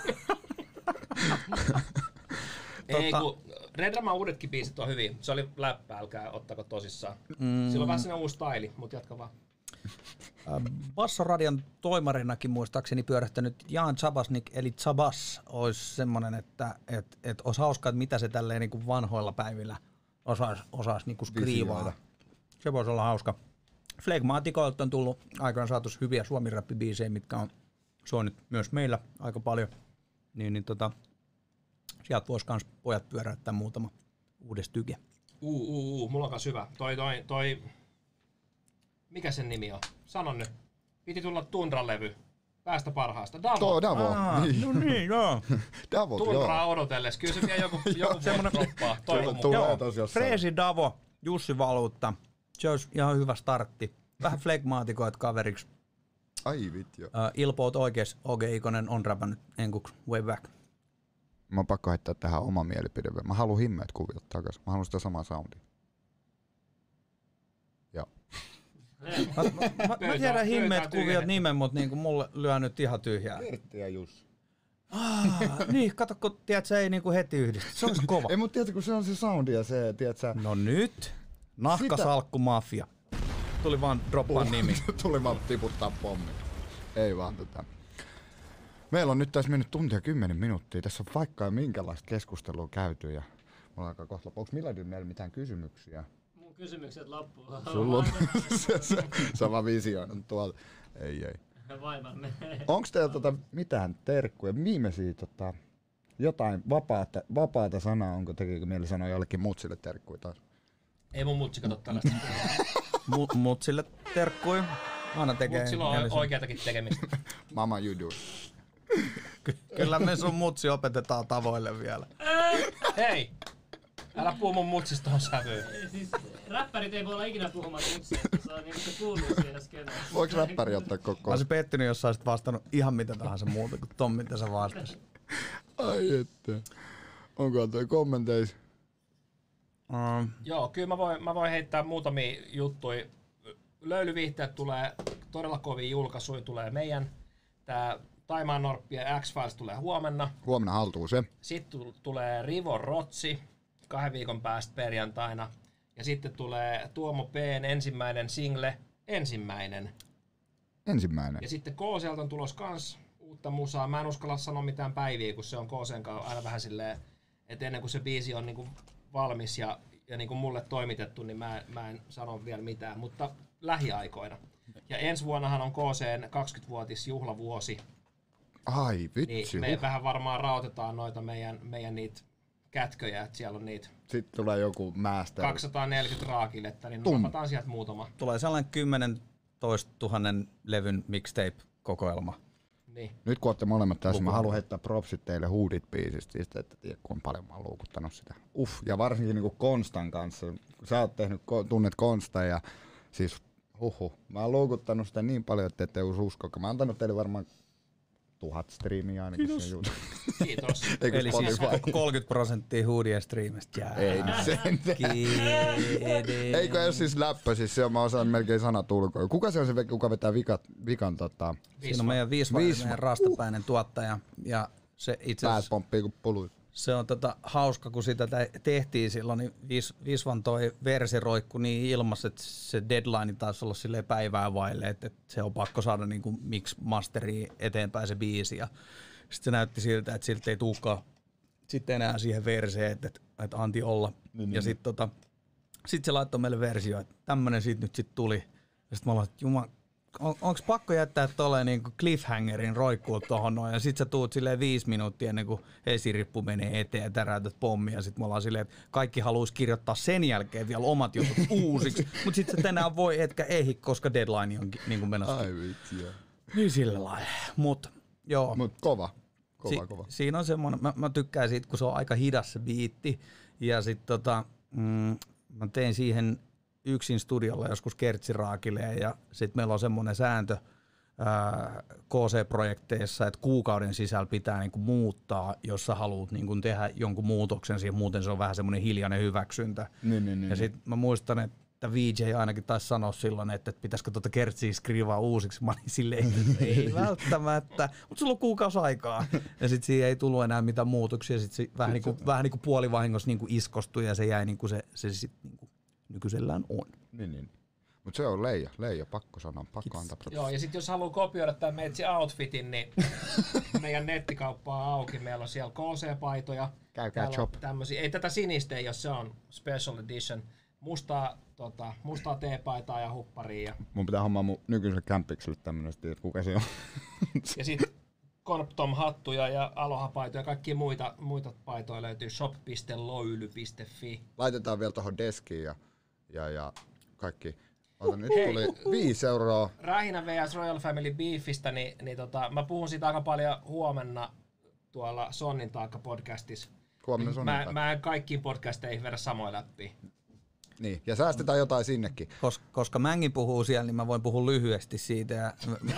Ei, kun Red Raman uudetkin biisit on hyviä. Se oli läppä, älkää ottako tosissaan. Mm. Sillä on vähän sellainen uusi staili, mutta jatka vaan. Bassoradion toimarinakin muistaakseni pyörähtänyt Jan Zabasnik, eli Zabas, olisi semmoinen, että et, et olisi hauskaa, että mitä se tälleen niin kuin vanhoilla päivillä osaisi osais niin kuin skriivaa. Se voisi olla hauska. Flegmaatikoilta on tullut aikaan saatu hyviä suomi-räppibiisejä, mitkä on soinut myös meillä aika paljon. Niin, niin tota, sieltä voisi kans pojat pyöräyttää muutama uudes tyke. Uu, uu, uu, mulla on kans hyvä. Toi, toi, toi... Mikä sen nimi on? Sano nyt. Piti tulla Tundra-levy. Päästä parhaasta. Davo. Tuo Davo. Aa, niin. No niin, joo. Davo, Tundraa joo. odotelles. Kyllä se vielä joku, joku semmoinen droppaa. Toivon mukaan. Freesi Davo, Jussi Valuutta. Se olisi ihan hyvä startti. Vähän flegmaatikoit kaveriksi. Ai vittu. Uh, Ilpoot oikees, O G Ikonen on räpännyt enkuks way back. Mä oon pakko heittää tähän oma mielipide. Mä haluan himmeet kuviot takas. Mä haluan sitä samaa soundia. Joo. Mä, mä, mä, mä tiedän himmeet kuviot nimen, mutta niinku mulle lyö nyt ihan tyhjää. Pertti ja Jussi. Ah, niin, kato kun tiedät, se ei niinku heti yhdistä. Se olisi kova. Ei, mutta tiedätkö, kun se on se soundi ja se, tiedätkö No nyt. Nahkasalkku Mafia. Tuli vaan droppaa nimi. Tuli vaan tiputtaa pommi. Ei vaan tota. Meillä on nyt tässä mennyt tuntia kymmenen minuuttia. Tässä on vaikka ja minkälaista keskustelua käyty ja mulla alkaa kohta loppu. Onko Milladin meillä mitään kysymyksiä? Mun kysymykset loppuu. Sulla on se, se, sama visio on tuolla. Ei, ei. Vaivamme. Onko teillä tota mitään terkkuja, viimeisiä tota, jotain vapaata, vapaata sanaa? Onko tekeekö mieli sanoa jollekin mutsille terkkuja taas? Ei mun mutsi kato tällaista. Mu- mutsille terkkui. Aina tekee. Mutsilla on oikeatakin tekemistä. Mama you do. Ky- kyllä me sun mutsi opetetaan tavoille vielä. Hei! Älä puhu mun mutsista tohon sävyyn. Siis räppärit ei voi olla ikinä puhumaan mutsia, se on niinku se kuuluu siihen skeneen. Voiko räppäri ottaa Mä koko? olisin pettynyt, jos sä olisit vastannut ihan mitä tahansa muuta kuin ton, mitä sä vastasit. Ai että. Onko toi kommenteissa? Um, Joo, kyllä mä voin, mä voin heittää muutamia juttuja. Löylyviihteet tulee todella kovin julkaisuja, tulee meidän. Tää Taimaan Norppia X-Files tulee huomenna. Huomenna haltuu se. Sitten tulee Rivo Rotsi kahden viikon päästä perjantaina. Ja sitten tulee Tuomo P:n ensimmäinen single, ensimmäinen. Ensimmäinen. Ja sitten K C:ltä on tulos kans uutta musaa. Mä en uskalla sanoa mitään päiviä, kun se on K C:n kanssa aina vähän silleen, että ennen kuin se biisi on niinku valmis ja, ja niinku mulle toimitettu, niin mä, mä en sano vielä mitään, mutta lähiaikoina. Ja ensi vuonnahan on K C:n kaksikymmenvuotisjuhlavuosi. Ai vitsi. Niin me vähän varmaan raotetaan noita meidän, meidän niitä kätköjä, että siellä on niitä Sitten tulee joku master. kaksisataaneljäkymmentä raakiletta, niin Tum. napataan sieltä muutama. Tulee sellainen kymmenentoista tuhannen levyn mixtape-kokoelma. Niin. Nyt kun olette molemmat tässä, mä haluan heittää propsit teille Hoodit-biisistä, siis että tiedä kuinka paljon mä oon luukuttanut sitä. Uff, ja varsinkin niinku Konstan kanssa. Sä oot tehnyt, tunnet Konsta ja siis huhu. Mä oon luukuttanut sitä niin paljon, että ette usko. Mä oon antanut teille varmaan tuhat striimiä ainakin. Kiitos. Sen Kiitos. Eli siis kolmekymmentä prosenttia Hoodien striimistä jää. Ei nyt sen. Eikö jos siis läppä, siis se on, mä osaan melkein sanat ulkoa. Kuka se on se, kuka vetää vikat, vikan tota... Siinä on meidän viisivainen meidän rastapäinen tuottaja. Ja se itse Päät asiassa... pomppii kuin pului. Se on tota hauska, kun sitä tehtiin silloin, niin Visvan toi versi roikku niin ilmassa, että se deadline taisi olla silleen päivää vaille, että, että se on pakko saada niin kuin mix masteriin eteenpäin se biisi. Ja sitten se näytti siltä, että siltä ei tulekaan sitten enää siihen verseen, että, että anti olla. Niin, ja sitten tota, sit se laittoi meille versio, että tämmönen siitä nyt sitten tuli. Ja sitten mä olin, että jumala, on, onko pakko jättää tolleen niinku cliffhangerin roikkuu tohon noin, ja sit sä tuut silleen viisi minuuttia ennen kuin esirippu menee eteen ja täräytät pommia, ja sit me ollaan silleen, että kaikki haluaisi kirjoittaa sen jälkeen vielä omat jutut uusiksi, mut sit sä tänään voi etkä ehdi, koska deadline on niinku menossa. Ai vitsi, joo. Niin sillä lailla. Mut joo. Mut kova. Kova, si- kova. Siinä on semmonen, mä, mä tykkään siitä, kun se on aika hidas se biitti, ja sit tota, mm, mä tein siihen yksin studiolla joskus kertsiraakille ja sitten meillä on semmoinen sääntö ää, K C-projekteissa, että kuukauden sisällä pitää niinku muuttaa, jos sä haluat niinku tehdä jonkun muutoksen siihen, muuten se on vähän semmoinen hiljainen hyväksyntä. Niin, niin, niin, ja sitten mä muistan, että V J ainakin taisi sanoa silloin, että, että pitäisikö tuota kertsiä skriivaa uusiksi. Mä olin silleen, että ei välttämättä, mutta sulla on kuukausi aikaa. Ja sitten siihen ei tullut enää mitään muutoksia, sitten se vähän, niinku, vähän niinku puolivahingossa niinku iskostui ja se jäi niinku se, se sit niinku nykyisellään on. Niin, niin. Mut se on Leija, Leija, pakko sanoa, pakko antaa propsit. Joo, ja sitten jos haluaa kopioida tämän meitsi outfitin, niin meidän nettikauppa on auki. Meillä on siellä K C-paitoja. Käykää shop. Tämmösiä. Ei tätä sinistä, ei, jos se on special edition. Mustaa, tota, mustaa teepaitaa ja hupparia. Ja, Mun pitää hommaa mun nykyiselle kämppikselle tämmönen, että kuka se on. ja sitten Corptom-hattuja ja Aloha-paitoja ja kaikkia muita, muita paitoja löytyy shop piste loyly piste fi. Laitetaan vielä tohon deskiin ja, ja, ja kaikki. Ota, nyt tuli viisi euroa. Rähinä vs Royal Family Beefistä, niin, niin tota, mä puhun siitä aika paljon huomenna tuolla Sonnin taakka podcastissa. Huomenna Sonnin Mä, taakka. mä en kaikkiin podcasteihin vedä samoja läpi. Niin, ja säästetään jotain sinnekin. Kos, koska Mängi puhuu siellä, niin mä voin puhua lyhyesti siitä. Ja...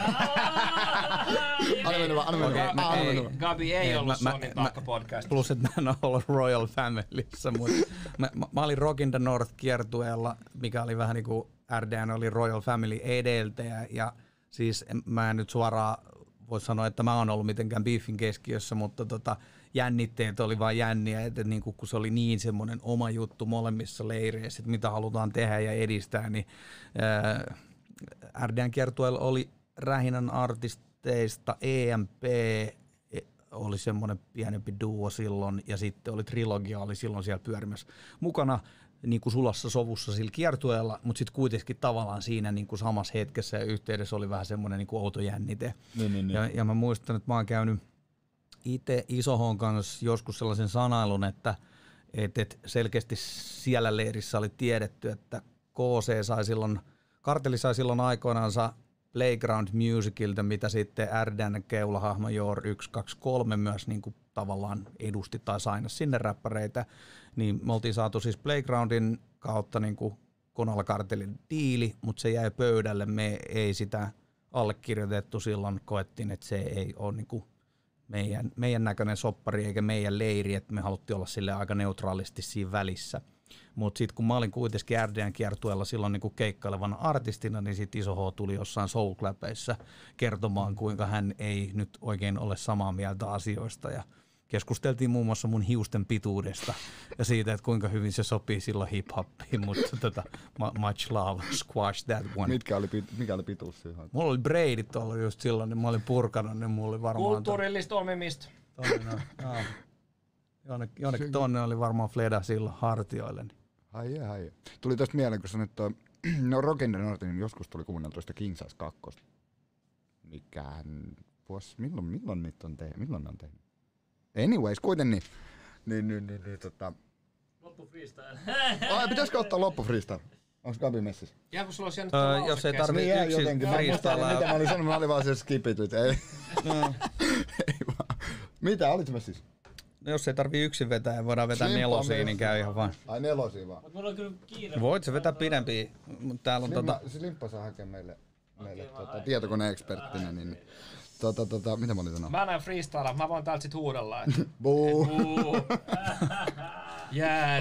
Anna mennä vaan, anna mennä Okei, vaan, mä- anna ei. mennä vaan. Gabi ei Ei, ollut mä- Sonnin mä- taakka podcastissa. Plus, että mä en ole ollut Royal Familyssä, mutta mä, mä, mä olin Rock in the North -kiertueella, mikä oli vähän niin kuin R D N oli Royal Family edeltäjä, ja siis en- mä en nyt suoraan voi sanoa, että mä oon ollut mitenkään beefin keskiössä, mutta tota, jännitteet oli vaan jänniä, että niin kun se oli niin semmoinen oma juttu molemmissa leireissä, että mitä halutaan tehdä ja edistää, niin ää, R D N-kiertueella oli Rähinän artisteista E M P, oli semmoinen pienempi duo silloin, ja sitten oli Trilogia, oli silloin siellä pyörimässä mukana niin kuin sulassa sovussa sillä kiertueella, mutta sitten kuitenkin tavallaan siinä niin kuin samassa hetkessä ja yhteydessä oli vähän semmoinen niin kuin outo jännite. Niin, niin, niin. Ja, ja mä muistan, että mä oon käynyt itse Isohon kanssa joskus sellaisen sanailun, että et, et selkeästi siellä leirissä oli tiedetty, että K C sai silloin, Kartelli sai silloin aikoinaansa Playground Musicilta, mitä sitten R D N keulahahmo Joor yksi kaksi kolme myös niin kuin tavallaan edusti tai saina sinne räppäreitä, niin me oltiin saatu siis Playgroundin kautta niin kuin Konala Kartellin diili, mutta se jäi pöydälle, me ei sitä allekirjoitettu silloin, koettiin, että se ei ole niin kuin meidän, meidän näköinen soppari eikä meidän leiri, että me haluttiin olla sille aika neutraalisti siinä välissä. Mutta sitten kun mä olin kuitenkin R D N kiertueella silloin niin keikkailevana artistina, niin sitten Iso H tuli jossain Soul Clapissa kertomaan, kuinka hän ei nyt oikein ole samaa mieltä asioista. Ja keskusteltiin muun muassa mun hiusten pituudesta ja siitä, että kuinka hyvin se sopii silloin hip-hoppiin, mutta tota, much love, squash that one. Mitkä oli, mikä oli pituus siihen? Mulla oli braidit ollut just silloin, niin mä olin purkanut, niin mulla oli varmaan... Kulttuurillista omimista. Tonne, no, jonnekin, jonnekin tonne oli varmaan Fleda silloin hartioille. Niin. Ai jää, ai jää. Tuli tästä mieleen, kun sanoit, että no Rock in the North, niin joskus tuli kuunneltua sitä King Size kaksi. Mikään vuosi, milloin, milloin niitä on tehnyt? Milloin ne on tehnyt? Anyways, kuitenkin. Niin, niin, niin, niin, tota... Loppu freestyle. Ai, pitäisikö ottaa loppu freestyle? Onks Gabi messissä? Ja kun sulla olisi jäänyt öö, jos ei tarvii niin, yksin jotenkin. Mä muistan, mitä mä olin sanonut, mä olin vaan se skipityt. Ei. No. Ei vaan. Mitä, olit messissä? No, jos ei tarvii yksin vetää ja voidaan vetää nelosia, niin käy ihan vaan. Ai nelosia vaan. Mut mulla on kyllä kiire. Voit se vetää pidempiä, mutta täällä on Slimpa, tota... Slimppa saa hakea meille, meille tota, tietokoneeksperttinä, niin tota, tota, mitä mä olin sanonut? Mä näen freestylaa, mä voin täältä sit huudella. Että... Buu! Buu! Jää,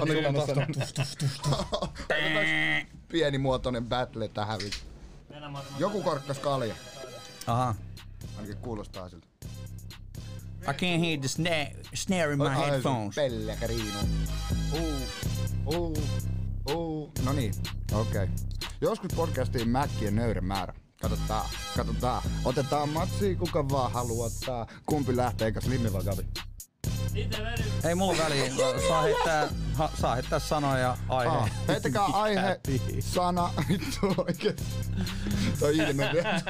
pienimuotoinen battle tähän. Joku korkkas kalja. Aha. Ainakin kuulostaa siltä. I can't hear the snare, snare in my Ai, headphones. Pellekä riinu. Uh, uh, uh. No niin, okei. Okay. Joskus podcastiin mäkkien nöyrä määrä. Katsotaan, katsotaan. Otetaan matsia, kuka vaan haluaa ottaa. Kumpi lähtee, eikä Slimmi vai Gabi? Ei mulla väliä. Saa heittää, ha, saa heittää sanoja aihe. Ah, heittäkää aihe, sana, vittu oikeesti. Toi ilme vielä.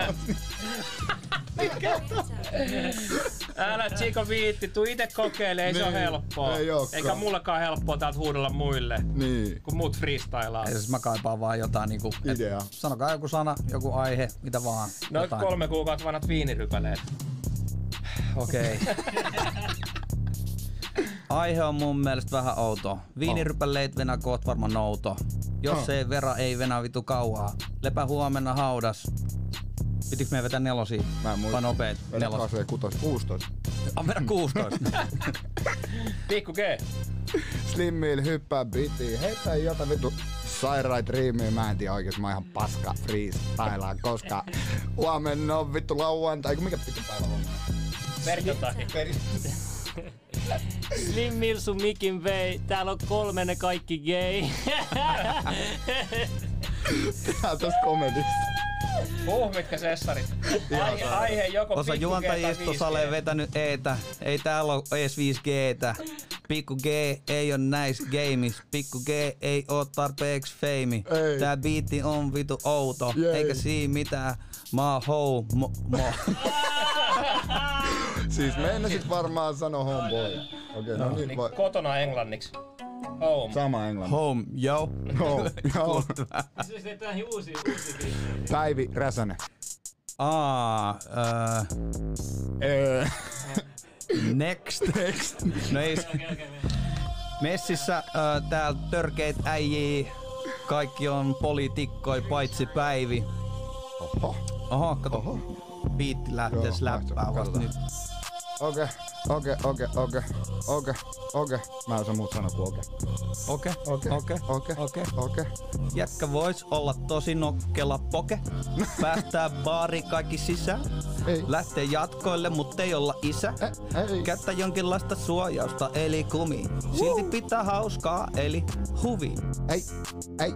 Älä Chico viitti, tuu ite kokeile, ei niin, se oo helppoa. Ei ookaan. Eikä mullakaan helppoa täältä huudella muille, niin, kun muut freestylaa. Ei siis mä kaipaan vaan jotain niinku... Idea. Sanokaa joku sana, joku aihe, mitä vaan. No jotain. kolme kuukautta vanhat viinirypäleet. Okei. Okay. Aihe on mun mielestä vähän outo. Viinirypäleit venä koot varmaan nouto. Jos oh. ei vera, ei venä vitu kauaa. Lepä huomenna haudas. Pitikö meidän vetää nelosia? Mä en muista. Vai nopeet? Vedä kasvee kutos, kuusitoista. On vedä kuusitoista. Pikku G. Slimmil hyppää bitiin. Heipä jotain vittu sairaat riimiä. Mä en tiedä oikeesti, mä oon ihan paska freestylaan, koska huomenna on vittu lauantai. Mikä pitää päivä on? Perjantai. Slimmil sun mikin vei. Täällä on kolme ne kaikki gay. Tää täs komedista. Puh, mitkä sessarit. Aihe, aihe joko Osa pikku juontajista osalle vetänyt eetä. Ei täällä oo ees viisi G:tä. Pikku G ei oo näis gameis. Pikku G ei oo tarpeeksi feimi. Ei. Tää biitti on vitu outo. Jei. Eikä siinä mitään. Mä oon ho mo, mo. Siis meinasit varmaan sanoa homeboy. Okei, okay, no, no niin niin voi. kotona englanniksi. Home. Sama englanti. Home, yo. Home, joo. Se vetää uusi, uusi biisi. Päivi Räsänen. Aa, äh, Öö. next. Next. No ei, Okei, okei. messissä äh, täällä törkeit äijii. Kaikki on poliitikkoi paitsi Päivi. Oho. Oho, kato. Oho. Biitti lähtee läppää vasta nyt. Okei, okei, okei, okei, okei, okei. Mä en osaa muuta sanoa kuin okei. Okei, Okei, okei, okei, okei. okei. Jätkä vois olla tosi nokkela poke. Päästää baari kaikki sisään. Ei. Lähtee jatkoille, mut ei olla isä. Eh, ei. Käyttä jonkinlaista suojausta eli kumi. Silti pitää hauskaa eli huvi. Ei, ei.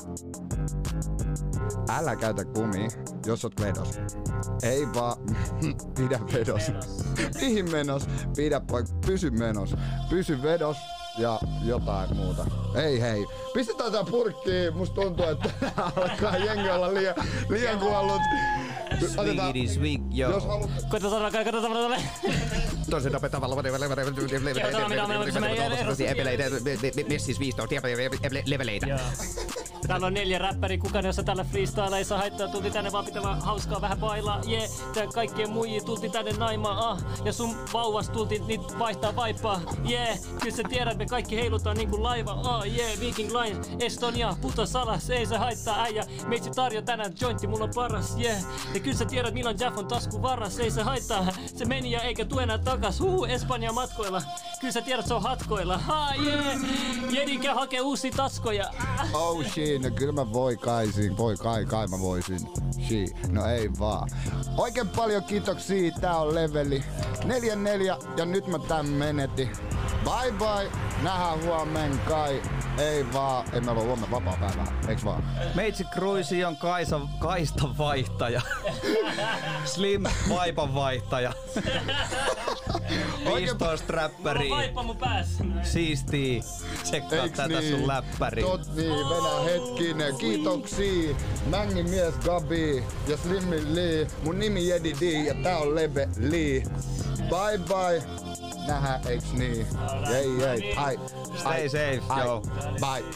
Älä käytä kumia, jos oot vedos. Ei vaan, pidä vedos. Mihin menos? Pidä poik, pysy menos. Pysy vedos ja jotain muuta. Ei hei. Pistetään tää purkkiin. Musta tuntuu, että alkaa jengi olla liian, liian kuollut. Sweetie sweet, yo. Jos haluat... Koita sanoa, koita sanoa. Tosi tapetavalla Messis viisitoista leveleitä. Täällä on neljä räppäriä, kukaan ei osaa tällä freestyle, ei saa haittaa, tultiin tänne vaan pitämään hauskaa vähän bailaa, jee, yeah. Tää kaikkien muijia tultiin tänne naimaan, ah, ja sun vauvas tultiin niitä vaihtaa vaippaa, jee, yeah. Kyllä sä tiedät, me kaikki heilutaan niinku laiva, ah, jee, yeah. Viking Line, Estonia, puto salas, ei se haittaa äijä, meitsi tarjo tänään jointti, mulla on paras, jee, yeah. Ja kyllä sä tiedät, milloin Jaff on tasku varas, ei se haittaa, se meni ja eikä tuu enää takas, huu, Espanja matkoilla, kyllä sä tiedät, se on hatkoilla, ah, jee, yeah. Jedinkä hakee uusia taskoja, Oh shit, no kyllä mä voi kaisin, voi kai, kai mä voisin. Shit, no ei vaan. Oikein paljon kiitoksia, tää on leveli neljä neljä ja nyt mä tän menetin. Bye bye, nähdään huomen kai. Ei vaan, ei meillä ole huomenna vapaa päivää, eiks vaan? Meitsi Cruisi on Kaisa, kaistan vaihtaja. Slim vaipan vaihtaja. viisitoista räppäriä. mulla on vaippa mun päässä. Siistii. Tsekkaa Eiks tätä niin? sun läppäri. Tot niin, venä hetkinen. Kiitoksia. Mängin mies Gabi ja Slimmin Lee. Mun nimi Jedi D ja tää on Leve Lee. Bye bye. Nähdään, eiks niin? Jei, jei. Ai, Stay safe, ai, yo. bye.